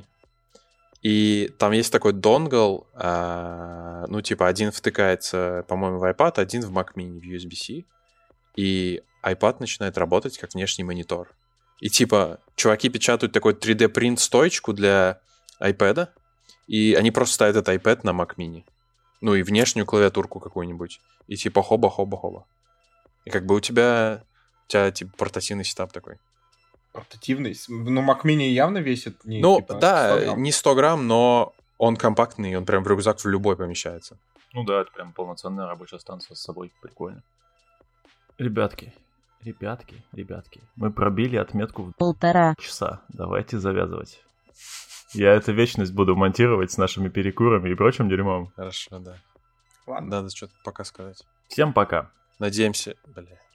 и там есть такой донгл, а, ну, типа, один втыкается, по-моему, в iPad, один в Mac Mini, в ю эс би-C, и iPad начинает работать как внешний монитор. И, типа, чуваки печатают такой три дэ-принт-стоечку для iPad, и они просто ставят этот iPad на Mac Mini. Ну, и внешнюю клавиатурку какую-нибудь. И, типа, хоба-хоба-хоба. И как бы у тебя, у тебя типа, портативный сетап такой. Портативный? Ну, Mac Mini явно весит не Ну, типа да, сто грамм. не сто грамм, но он компактный, он прям в рюкзак в любой помещается. Ну да, это прям полноценная рабочая станция с собой. Прикольно. Ребятки, ребятки, ребятки, мы пробили отметку в полтора часа. Давайте завязывать. Я эту вечность буду монтировать с нашими перекурами и прочим дерьмом. Хорошо, да. Ладно. Надо что-то пока сказать. Всем пока. Надеемся, бля.